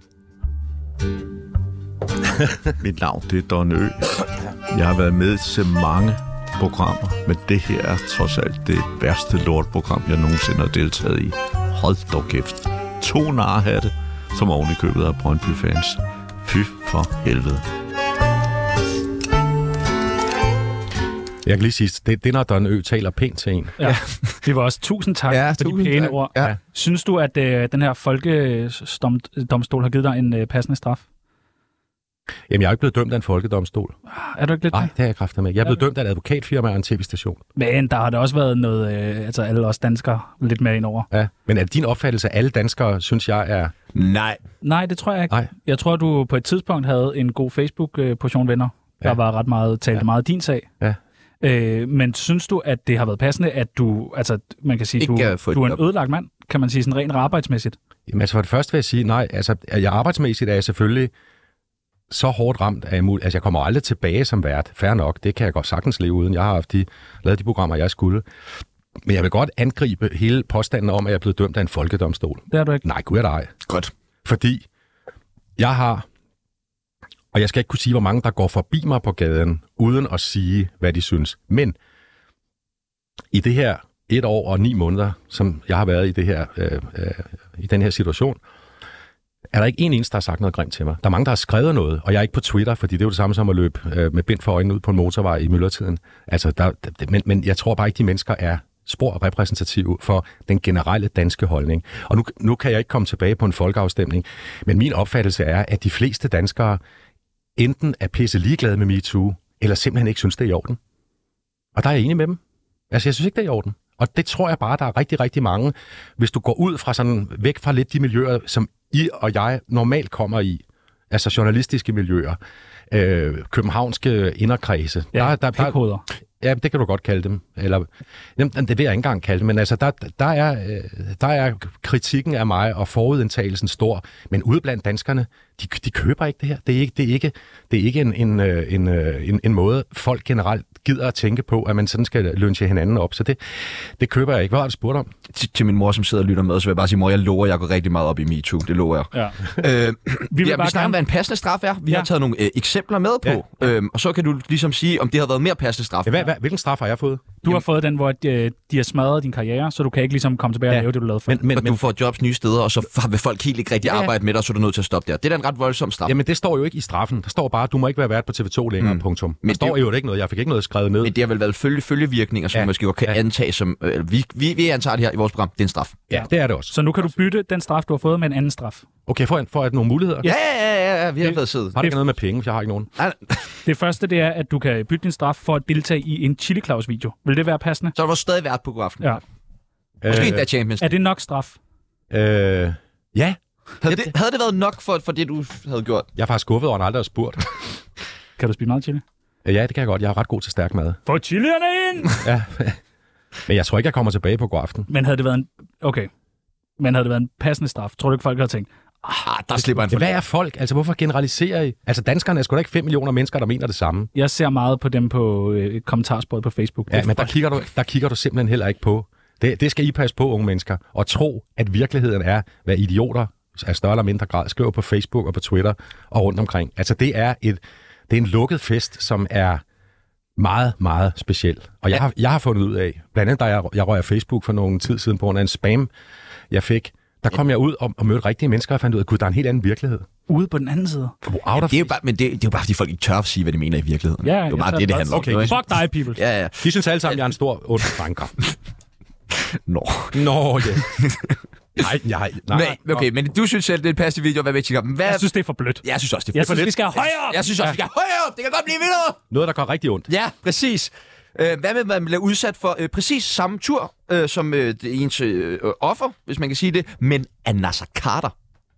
Mit navn, det er Don Ø. Jeg har været med til mange programmer, men det her er trods alt det værste lortprogram, jeg nogensinde har deltaget i. Hold dog kæft. To narhatte, som oven i købet af Brøndby-fans. Fy for helvede. Jeg kan lige sige, det, det er, når Don Ø taler pænt til en. Ja. Det var også tusind tak Ja, for de tusind pæne tak. ord. Ja. Synes du, at øh, den her folkedomstol har givet dig en øh, passende straf? Jamen, jeg er ikke blevet dømt af en folkedomstol. Er du ikke lidt Nej, det? det har jeg kræfter med. Jeg er blevet dømt af et advokatfirma og en tv-station. Men der har der også været noget, øh, altså alle os danskere lidt mere ind over. Ja. Men er det din opfattelse, at alle danskere synes, jeg er... Nej. Nej, det tror jeg ikke. Nej. Jeg tror, du på et tidspunkt havde en god Facebook-portion venner, der Ja. var ret meget, talte Ja. meget din sag. Ja. Øh, men synes du, at det har været passende, at du, altså man kan sige, Ikke du, at få et du er en job. ødelagt mand, kan man sige, sådan rent arbejdsmæssigt? Jamen, altså for det første vil jeg sige, nej, altså, jeg arbejdsmæssigt er jeg selvfølgelig så hårdt ramt af imod. Altså, jeg kommer aldrig tilbage som vært. Fair nok, det kan jeg godt sagtens leve uden. Jeg har haft de, lavet de programmer, jeg skulle. Men jeg vil godt angribe hele påstanden om, at jeg er blevet dømt af en folkedomstol. Det er du ikke. Nej, gud er dig. Godt. Fordi jeg har, og jeg skal ikke kunne sige, hvor mange der går forbi mig på gaden, uden at sige, hvad de synes. Men i det her et år og ni måneder, som jeg har været i, det her, øh, øh, i den her situation, er der ikke en eneste, der har sagt noget grimt til mig. Der er mange, der har skrevet noget, og jeg er ikke på Twitter, fordi det er jo det samme som at løbe øh, med bind for øjnene ud på en motorvej i myldretiden. Altså, der, der, men, men jeg tror bare ikke, de mennesker er spor repræsentative for den generelle danske holdning. Og nu, nu kan jeg ikke komme tilbage på en folkeafstemning, men min opfattelse er, at de fleste danskere enten er pisse ligeglade med MeToo, eller simpelthen ikke synes, det er i orden. Og der er jeg enig med dem. Altså, jeg synes ikke, det er i orden. Og det tror jeg bare, der er rigtig, rigtig mange. Hvis du går ud fra sådan, væk fra lidt de miljøer, som I og jeg normalt kommer i, altså journalistiske miljøer, øh, københavnske inderkredse. Ja, der, der, der, ja, det kan du godt kalde dem. Eller, jamen, det vil jeg ikke engang kalde dem, men altså, der, der, er, der er kritikken af mig og forudindtagelsen stor, men ude blandt danskerne, de, de køber ikke det her. Det er ikke, det er ikke, det er ikke en, en, en, en, en måde, folk generelt gider at tænke på, at man sådan skal lynche hinanden op. Så det, det køber jeg ikke. Hvad har du spurgt om? Til, til min mor, som sidder og lytter med, så vil jeg bare sige, mor, jeg lover, jeg går rigtig meget op i MeToo. Det lover jeg. Ja. Øh, vi, vi, ja, vi snakker om, hvad en passende straf er. Vi ja. har taget nogle øh, eksempler med på, ja. øhm, og så kan du ligesom sige, om det har været mere passende straf. Ja, hvad, hvad, hvilken straf har jeg fået? Du Jamen. har fået den, hvor de, de har smadret din karriere, så du kan ikke ligesom komme tilbage ja. og lave det, du lavede før. Men, men, men du får jobs nye steder, og så vil folk helt ikke rigtig ja. arbejde med dig, så er du nødt til at stoppe der. Det er da en ret voldsom straf. Jamen, det står jo ikke i straffen. Der står bare, at du må ikke være vært på T V to længere, mm. punktum. Men der står jo ikke noget. Jeg fik ikke noget skrevet ned. Men det har vel været følge, følgevirkninger, som ja. måske godt kan ja. antage som... Øh, vi, vi, vi antager det her i vores program. Det er en straf. Ja, det er det også. Så nu kan du bytte den straf, du har fået, med en anden straf. Okay, får jeg, får jeg nogle muligheder? Ja, ja, ja, ja. Vi har det, været siddet. Har du ikke noget med penge, for jeg har ikke nogen? Det første, det er, at du kan bytte din straf for at deltage i en Chili Claus-video. Vil det være passende? Så er du stadig vært på god aften. Ja. Måske endda Champions. Er det nok straf? Øh, ja. Havde det, havde det været nok for, for det, du havde gjort? Jeg er faktisk skuffet over, at aldrig har spurgt. Kan du spise meget chili? Ja, det kan jeg godt. Jeg er ret god til stærk mad. Få chilierne ind! Ja. Men jeg tror ikke, jeg kommer tilbage på god aften. Men havde det været en... Okay. Men havde det været en passende straf? Tror du ikke, folk havde tænkt... Ah, der slipper en for. Hvad er folk? Altså, hvorfor generaliserer I? Altså, danskerne er sgu da ikke fem millioner mennesker, der mener det samme. Jeg ser meget på dem på øh, kommentarsporet på Facebook. Ja, men der kigger, du, der kigger du simpelthen heller ikke på. Det, det skal I passe på, unge mennesker. Og tro, at virkeligheden er, hvad idioter af større eller mindre grad skriver på Facebook og på Twitter og rundt omkring. Altså, det er, et, det er en lukket fest, som er meget, meget speciel. Og jeg har, jeg har fundet ud af, blandt andet da jeg, jeg røg af Facebook for nogle tid siden på grund af en spam, jeg fik, der kom jeg ud og, og mødte rigtige mennesker og fandt ud af, at gud, der er en helt anden virkelighed. Ude på den anden side. Ja, det er jo bare, men det, det er jo bare, fordi folk ikke tør at sige, hvad de mener i virkeligheden. Ja, det er jo bare det, det handler okay. om. Fuck dig, people. Ja, ja. De synes alle sammen, jeg er en stor ond banker. Nå. Nå, ja. Nej, nej, nej. Men, okay, men du synes selv, det er en passende video at være med til. Hvad? Jeg synes, det er for blødt. Jeg synes også, det er for Jeg synes, lidt. vi skal højere op. Jeg synes også, vi skal højere op. Det kan godt blive vildere. Noget, der går rigtig ondt. Ja, præcis. Øh, hvad med, at man bliver udsat for øh, præcis samme tur øh, som øh, det ens øh, offer, hvis man kan sige det, men af Naser Khader.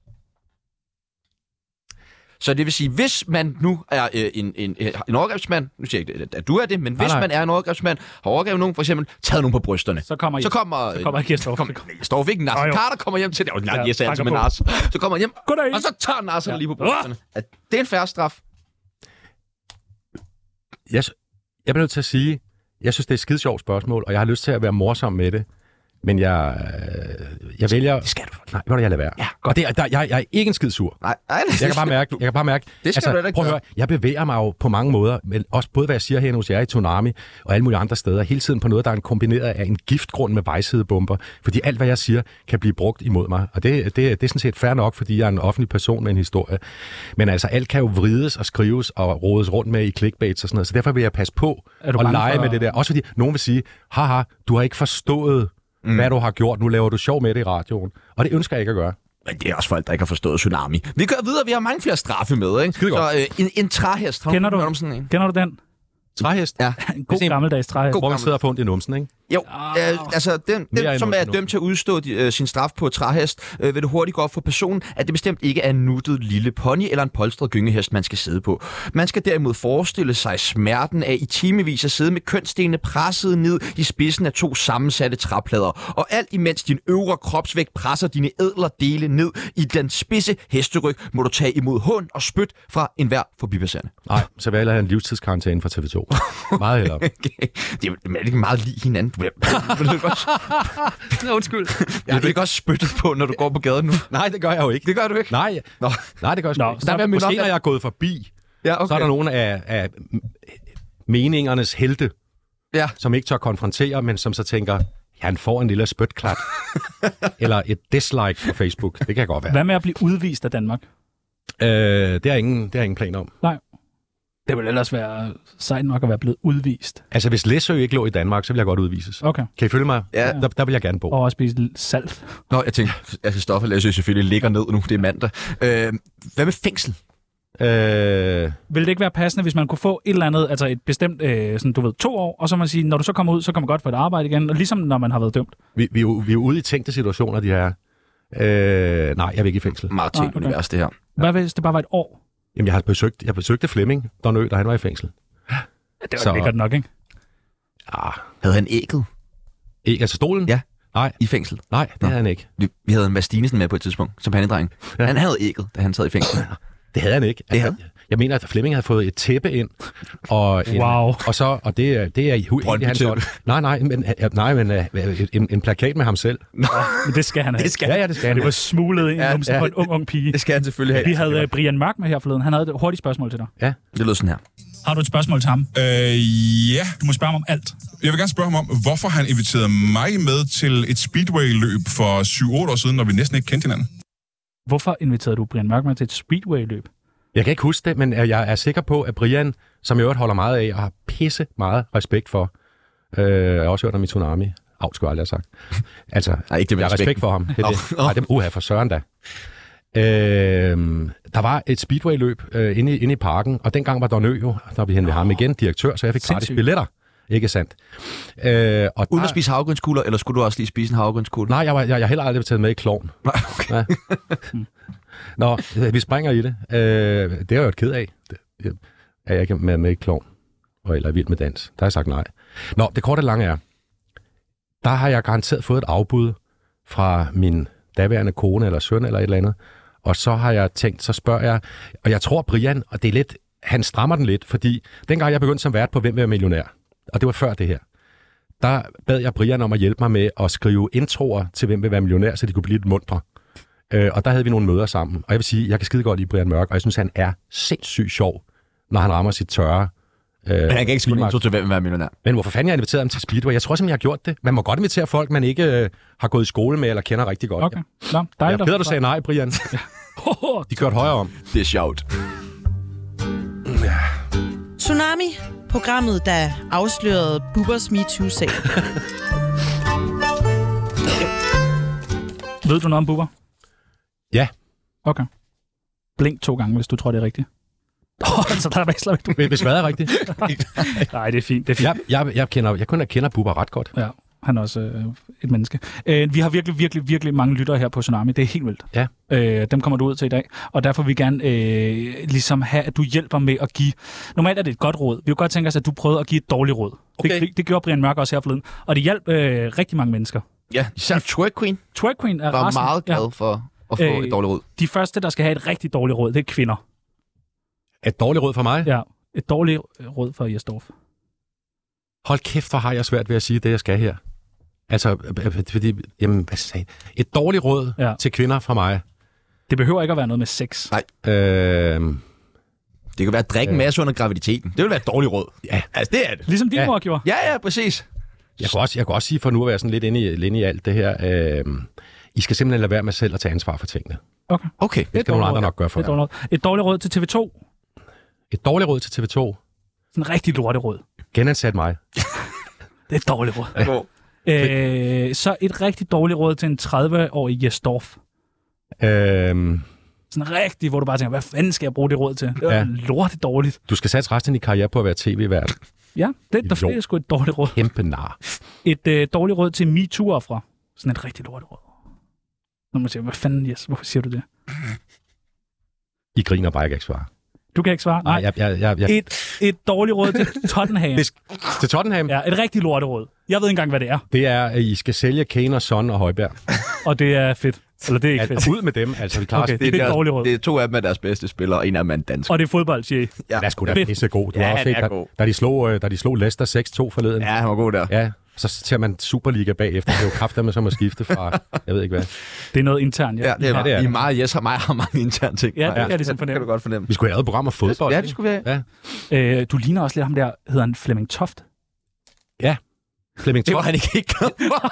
Så det vil sige, hvis man nu er øh, en, en, en overgrebsmand, nu siger jeg ikke, at du er det, men hvis nej, nej. man er en overgrebsmand, har overgrebet nogen, for eksempel taget nogen på brysterne, så kommer så kommer, så kommer ikke Jesdorf. Jesdorf ikke, Naser Khader kommer hjem til det. Oh, nej, jeg sagde altså med Nas. Så kommer han hjem, Goddag. og så tager Naser ja. lige på brysterne. Er det en fair straf? Jeg, jeg bliver nødt til at sige, jeg synes, det er et skide sjovt spørgsmål, og jeg har lyst til at være morsom med det. Men jeg, øh, jeg vælger... Det skal du. Nej, hvor er det, jeg lader være. Ja, og det, der, jeg, jeg er ikke en skid sur. Nej, nej. Jeg kan bare mærke, jeg kan bare mærke... Det skal altså, du ikke prøv at høre, jeg bevæger mig jo på mange måder, men også både hvad jeg siger her hos jer i Tsunami, og alle mulige andre steder, hele tiden på noget, der er en kombineret af en giftgrund med vejsidebomber, fordi alt, hvad jeg siger, kan blive brugt imod mig. Og det, det, det er sådan set fair nok, fordi jeg er en offentlig person med en historie. Men altså, alt kan jo vrides og skrives og rodes rundt med i clickbaits og sådan noget, så derfor vil jeg passe på at lege for... med det der. Også fordi nogen vil sige, haha, du har ikke forstået, Mm. hvad du har gjort. Nu laver du sjov med det i radioen. Og det ønsker jeg ikke at gøre. Men det er også folk, der ikke har forstået Tsunami. Vi kører videre. Vi har mange flere straffe med, ikke? Skide godt. Så øh, en, en træhest. Kender du, du sådan en? Kender du den? Træhest? Ja. En god gammeldags træhest. Hvor man sidder og får ondt i numsen, ikke? Jo, øh, altså den, den som er dømt til at udstå de, øh, sin straf på træhest, øh, vil det hurtigt gå op for personen, at det bestemt ikke er en nuttet lille pony eller en polstret gyngehest, man skal sidde på. Man skal derimod forestille sig smerten af i timevis at sidde med kønsdelene presset ned i spidsen af to sammensatte træplader, og alt imens din øvre kropsvægt presser dine ædler dele ned i den spidse hesteryg, må du tage imod hånd og spyt fra enhver forbipasserende. Nej, så vil jeg have en livstidskarantæne fra T V to. Meget hellere. Okay. Det er jo ikke meget lige hinanden. Du vil godt... Undskyld. Jeg er ikke også spyttet på, når du går på gaden nu? Nej, det gør jeg jo ikke. Det gør du ikke? Nej, Nå. Nej det gør jeg Nå, ikke. så der vil Måske nok... når jeg er gået forbi, ja, okay. så er der nogle af, af meningernes helte, ja. som ikke tør konfrontere, men som så tænker, han får en lille spytklat. Eller et dislike på Facebook. Det kan godt være. Hvad med at blive udvist af Danmark? Øh, det er ingen, det er ingen planer om. Nej. Det vil ellers være sejt nok at være blevet udvist. Altså, hvis Læsø ikke lå i Danmark, så vil jeg godt udvises. Okay. Kan I følge mig? Ja. Der, der vil jeg gerne bo. Og også spise salt. Nå, jeg tænker, altså Stoffer Læsø selvfølgelig ligger ned nu, det er mandag. Øh, hvad med fængsel? Øh... Vil det ikke være passende, hvis man kunne få et eller andet, altså et bestemt, øh, sådan, du ved, to år, og så man sige, når du så kommer ud, så kan man godt få et arbejde igen, og ligesom når man har været dømt? Vi, vi, er, jo, vi er jo ude i tænkte situationer, de her. Øh... Nej, jeg vil ikke i fængsel. Meget tænkt okay. univers, det her. Hvad hvis det bare var et år? Jamen, jeg har besøgt, jeg besøgte Flemming, der nød, da han var i fængsel. Ja, det var så... lækkert nok, ikke? Ja. Havde han ægget? Æg, altså stolen? Ja. Nej. I fængsel? Nej, det Nå. havde han ikke. Vi, vi havde Mads Stinesen med på et tidspunkt, som pandedreng. Ja. Han havde ægget, da han sad i fængsel. Det havde han ikke. Det havde? Jeg, jeg mener, at Flemming havde fået et tæppe ind. Og en, wow. Og så, og det er, det er i hans ånd. Nej, nej, men, nej, men en, en plakat med ham selv. Nå, men det skal han have. Det skal, ja, ja, det skal han. Det var smuglet ind ja, ja, på en ung, ung pige. Det skal han selvfølgelig have. Vi havde uh, Brian Mørk med her forleden. Han havde et hurtigt spørgsmål til dig. Ja. Det lød sådan her. Har du et spørgsmål til ham? Øh, ja. Du må spørge ham om alt. Jeg vil gerne spørge ham om, hvorfor han inviterede mig med til et speedway-løb for syv otte år siden, når vi næsten ikke kendte hinanden. Hvorfor inviterede du Brian Mørk med til et speedway-løb? Jeg kan ikke huske det, men jeg er sikker på, at Brian, som jeg øvrigt holder meget af og har pisse meget respekt for, øh, jeg har også hørt om i Tsunami. Au, skulle jeg aldrig have sagt. Altså, Nej, ikke det jeg har respekt for ham. Det er det. Nej, dem uha for søren da. Øh, der var et speedway-løb øh, inde, i, inde i parken, og dengang var Don Ø jo, der vi hen ved ham igen, direktør, så jeg fik gratis billetter. Ikke sandt? Øh, og Uden der... at spise havgrønskugler, eller skulle du også lige spise en havgrønskugle? Nej, jeg, var, jeg, jeg heller aldrig taget med i Klovn. Nej, okay. Ja. Nå, vi springer i det. Øh, det er jeg jo et ked af. Det, er jeg ikke med, med i Klovn, og eller Vild med dans. Der har jeg sagt nej. Nå, det korte og lange er, der har jeg garanteret fået et afbud fra min daværende kone eller søn eller et eller andet, og så har jeg tænkt, så spørger jeg, og jeg tror Brian, og det er lidt, han strammer den lidt, fordi dengang jeg begyndte som vært på Hvem vil være millionær, og det var før det her, der bad jeg Brian om at hjælpe mig med at skrive introer til Hvem vil være millionær, så de kunne blive lidt muntre. Øh, og der havde vi nogle møder sammen, og jeg vil sige, jeg kan skide godt lide Brian Mørk, og jeg synes, han er sindssygt sjov, når han rammer sit tørre. Øh, Men han kan ikke skrive intro til Hvem vil være millionær. Men hvorfor fanden jeg inviteret ham til Speedway? Jeg tror simpelthen, jeg har gjort det. Man må godt invitere folk, man ikke øh, har gået i skole med, eller kender rigtig godt. Okay. Nå, dejligt. Jeg er du sagde nej, Brian. De kørte højere om. Det er sjovt. Tsunami, programmet, der afslørede Bubbers MeToo-sag. Ved du noget om Bubber? Ja. Okay. Blink to gange, hvis du tror, det er rigtigt. Oh, så der er væsler væk. Hvis hvad er rigtigt? Nej, det er fint. Det er fint. Jeg, jeg, jeg, kender, jeg kun kender Bubber ret godt. Ja, han er også øh, et menneske. Øh, vi har virkelig, virkelig, virkelig mange lyttere her på Tsunami. Det er helt vildt. Ja. Øh, dem kommer du ud til i dag. Og derfor vil vi gerne øh, ligesom have, at du hjælper med at give... Normalt er det et godt råd. Vi vil godt tænke os, at du prøvede at give et dårligt råd. Okay. Det, det gjorde Brian Mørk også her forleden. Og det hjalp øh, rigtig mange mennesker. Ja, især Twerk Queen. Twerk Queen er var resten, meget glad for at få øh, et dårligt råd. De første, der skal have et rigtig dårligt råd, det er kvinder. Et dårligt råd for mig? Ja, et dårligt råd for Jesdorf. Hold kæft, hvor har jeg svært ved at sige det, jeg skal her. Altså, fordi, jamen, hvad sagde jeg? Et dårligt råd ja. til kvinder fra mig. Det behøver ikke at være noget med sex. Nej. Øh, det kan være at drikke en masse under graviditeten. Det vil være et dårligt råd. Ja. Altså, det er det. Ligesom din ja. mor gjorde. Ja, ja, præcis. Jeg kan også, jeg kan også sige, for nu at være sådan lidt inde i, inde i alt det her, øh, I skal simpelthen lade være med selv at tage ansvar for tingene. Okay. Okay. Det skal nogle andre nok gøre for jer. Et dårligt råd til T V to. Et dårligt råd til T V to? Sådan en rigtig lorteråd. Genansat mig. Det er et dårligt råd. Ja. Øh, så et rigtig dårligt råd til en tredive-årig Jesdorf. Øhm, Sådan rigtig, hvor du bare tænker, hvad fanden skal jeg bruge det råd til? Det er Ja. lortet dårligt. Du skal satse resten af din karriere på at være tv-vært. Ja, det, der Jo. det er sgu et dårligt råd. Kæmpe nar. Et øh, dårligt råd til MeToo-offre. Sådan et rigtig lortet råd. Når man siger, hvad fanden, yes, hvorfor siger du det? I griner bare, jeg kan ikke svare. Du kan ikke svare? Nej, jeg, jeg, jeg, jeg... Et, et dårligt råd til Tottenham. Det, til Tottenham? Ja, et rigtig lortet råd. Jeg ved ikke engang, hvad det er. Det er, at I skal sælge Kane og Son og Højbjerg. Og det er fedt. Eller det er ikke At, fedt. ud med dem, altså vi klarer Okay, okay. det er et deres- dårligt råd. Det er to af dem er deres bedste spillere, og en af dem er en dansk. Og det er fodbold, siger I. Ja. Lad os sgu da Fedt. pisse god. Du Ja, har også han set, er da, god. da, de slog, øh, da de slog Leicester seks to forleden. Ja, han var god der. Ja, så ser man Superliga bagefter. Det er jo kraftedeme som at skifte fra, jeg ved ikke hvad. Det er noget internt, ja. Ja, det er, Ja, det er I det. er meget yes, og mig har mange interne ting. Ja, det kan jeg ligesom det kan fornemme. du godt fornemme. Vi skulle have et program om fodbold. Ja, ikke? det skulle vi have. Ja. Øh, du ligner også lidt ham der, hedder han Flemming Toft. Flemming Det var Toft. han ikke helt glad for.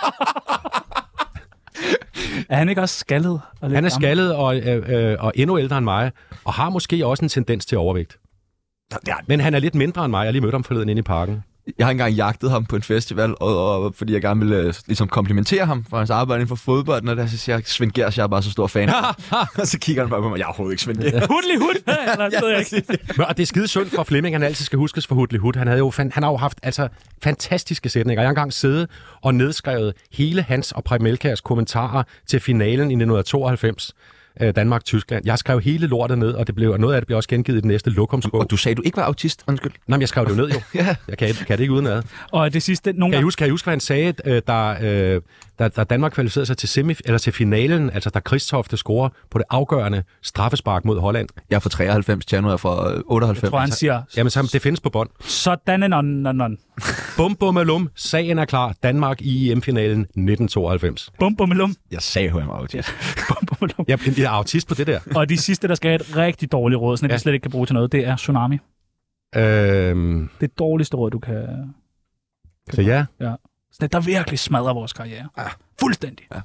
Er han ikke også skaldet? Og lidt Han er gammel? skaldet og, øh, øh, og endnu ældre end mig, og har måske også en tendens til overvægt. Men han er lidt mindre end mig. Jeg har lige mødt ham forleden inde i parken. Jeg har engang jagtet ham på en festival, og, og fordi jeg gerne ville øh, ligesom komplimentere ham for hans arbejde inden for fodbold, og der så siger jeg, Svend Gers, jeg er bare så stor fan. Og så kigger han bare på mig, jeg er overhovedet ikke Svend Gers. Hudlig hud! Eller, det ved jeg ikke. Men, og det er skide synd for Flemming, han altid skal huskes for Hudley Hood. Han, havde jo, fan, han har jo haft altså, fantastiske sætninger. Jeg har engang siddet og nedskrevet hele hans og Preben Elkjærs kommentarer til finalen i nitten tooghalvfems. Danmark-Tyskland. Jeg skrev hele lortet ned, og det blev, noget af det blev også gengivet i den næste lokumsbog. Og du sagde, du ikke var autist, undskyld. Nej, men jeg skrev det jo ned, jo. Ja. Jeg kan, kan det ikke udenad. Og det sidste, nogle Kan I gange... huske, kan I huske hvad han sagde, øh, da, øh, da, da Danmark kvalificerede sig til, semi, eller til finalen, altså da Kristofte scorer på det afgørende straffespark mod Holland? Jeg er fra treoghalvfems, Tjerno er fra otteoghalvfems. Jeg tror, han siger, Jamen, så, det findes på bånd. sådan en on, on, on. Bum, bum, alum. Sagen er klar. Danmark i E M-finalen nitten tooghalvfems. Bum, bum, lum. Jeg sagde, at han var autist. Bum, bum, lum. Jeg, jeg er autist på det der. Og de sidste, der skal have et rigtig dårligt råd, sådan at Ja. de slet ikke kan bruge til noget, det er Tsunami. Øhm, Det dårligste råd, du kan... kan så ja. Ja. Sådan et, der virkelig smadrer vores karriere. Ja. Fuldstændig. Ja.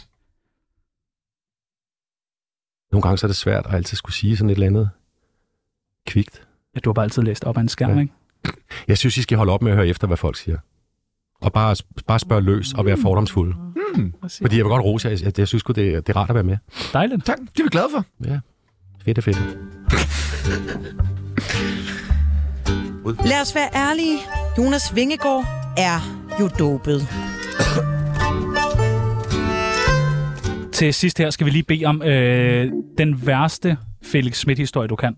Nogle gange så er det svært at altid skulle sige sådan et eller andet kvikt. Ja, du har bare altid læst op af en skærm, Ja. ikke? Jeg synes, I skal holde op med at høre efter, hvad folk siger. Og bare, bare spørge løs og være fordomsfulde. Hmm. Fordi jeg vil godt rose jer. Jeg, jeg synes sgu, det, er- det er rart at være med. Dejligt. Tak, det er vi glade for. Ja. Fedt, fedt. Lad os være ærlige. Jonas Vingegaard er jo dopet. Til sidst her skal vi lige bede om øh, den værste Felix Schmidt-historie, du kan.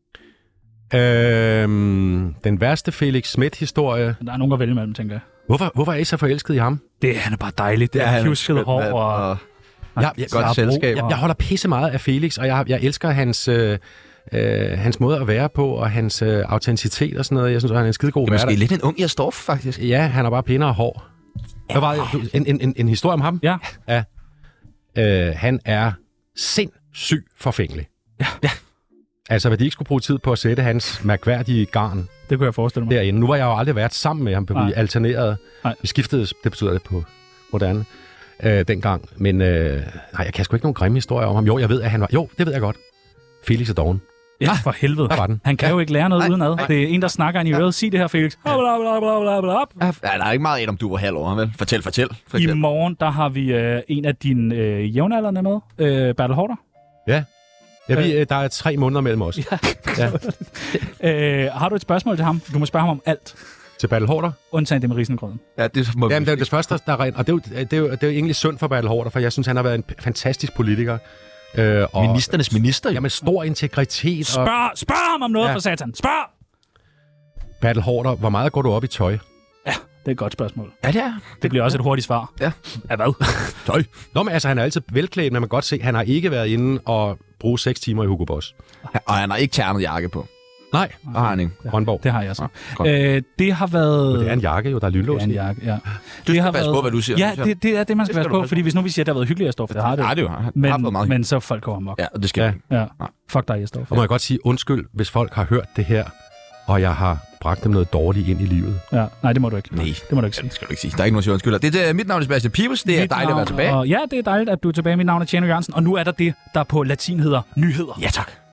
Øhm, den værste Felix Schmidt-historie. Der er nogen at vælge mellem, tænker jeg. Hvorfor, hvorfor er I så forelsket i ham? Det, han er bare dejligt. Det Ja, er han er pjusket skøn hår mand, og... og- Jeg, jeg, Godt jeg, selskab. jeg, jeg holder pisse meget af Felix, og jeg, jeg elsker hans, øh, øh, hans måde at være på, og hans øh, autenticitet og sådan noget. Jeg synes, han er en skidegod Det er måske hverdag. lidt en ung Jastorf, faktisk. Ja, han har bare pænere hår. Hvad var det? En, en, en, en historie om ham? Ja. Ja. Øh, han er sindssygt forfængelig. Ja. ja. Altså, hvad de ikke skulle bruge tid på at sætte hans mærkværdige garn Det kunne jeg forestille mig. derinde. Nu var jeg jo aldrig været sammen med ham, for vi Nej. alternerede. Nej. Vi skiftede, det betyder det på moderne, øh, dengang. Men øh, nej, jeg kan sgu ikke nogen grimme historier om ham. Jo, jeg ved, at han var... Jo, det ved jeg godt. Felix er doven. Ja, for helvede. Der var den. Han kan jo ikke lære noget Nej, udenad. nej. Det er en, der snakker ind i øret. Sig det her, Felix. Bla, bla, bla, bla, bla, bla. Ja, der er ikke meget et om du var halv over, vel? Fortæl, fortæl. For I eksempel. morgen, der har vi øh, en af dine øh, jævnaldrende med. Øh, Bertel Hårder. Ja. Ja, vi, øh, der er tre måneder mellem os. Ja. ja. Øh, har du et spørgsmål til ham? Du må spørge ham om alt. Til Bertel Hårder? Undtagen det med risengrøden. Ja, det må Jamen, vi- det er det første, der er rent. Og det er, jo, det, er jo, det er jo egentlig synd for Bertel Hårder, for jeg synes, han har været en p- fantastisk politiker. Øh, og, Ministernes minister, jo. Jamen, stor integritet. Og Spørg, spørg ham om noget Ja. for satan. Spørg! Bertel Hårder, hvor meget går du op i tøj? Det er et godt spørgsmål. Ja, det er. Det bliver også et hurtigt svar. Ja. Ja, hvad? Tøj? Nå, men altså, han er altid velklædt, men man kan godt se, at han har ikke været inde og bruge seks timer i Hugo Boss. Og han har ikke ternet jakke på. Nej, Det har han ikke. Grønborg. Det har jeg så. godt. Øh, det har været... Det er en jakke jo, der er lynlås Det er en i. jakke, ja. Du det skal har passe på, hvad du siger. Ja, det, det er det, man skal Det skal passe du på, passe fordi hvis nu vi siger, at det har været hyggeligt at stå, for det har det. Ja, det er jo. Han har Men, fået meget men så folk går amok. Ja, og det skal Ja. vi. Ja. Fuck dig, Jesdorf. Og må jeg godt sige undskyld, hvis folk har hørt det her, og jeg har bragt dem noget dårligt ind i livet. Ja. Nej, det må du ikke. Nej. Det må du ikke sige. Det skal du ikke sige. Der er ikke nogen, der undskylder. Det er mit navn er Sebastian Pibels. Det er Mit dejligt at være navn- tilbage. Og ja, det er dejligt, at du er tilbage. Mit navn er Tjerno Jørgensen, og nu er der det, der på latin hedder nyheder. Ja, tak.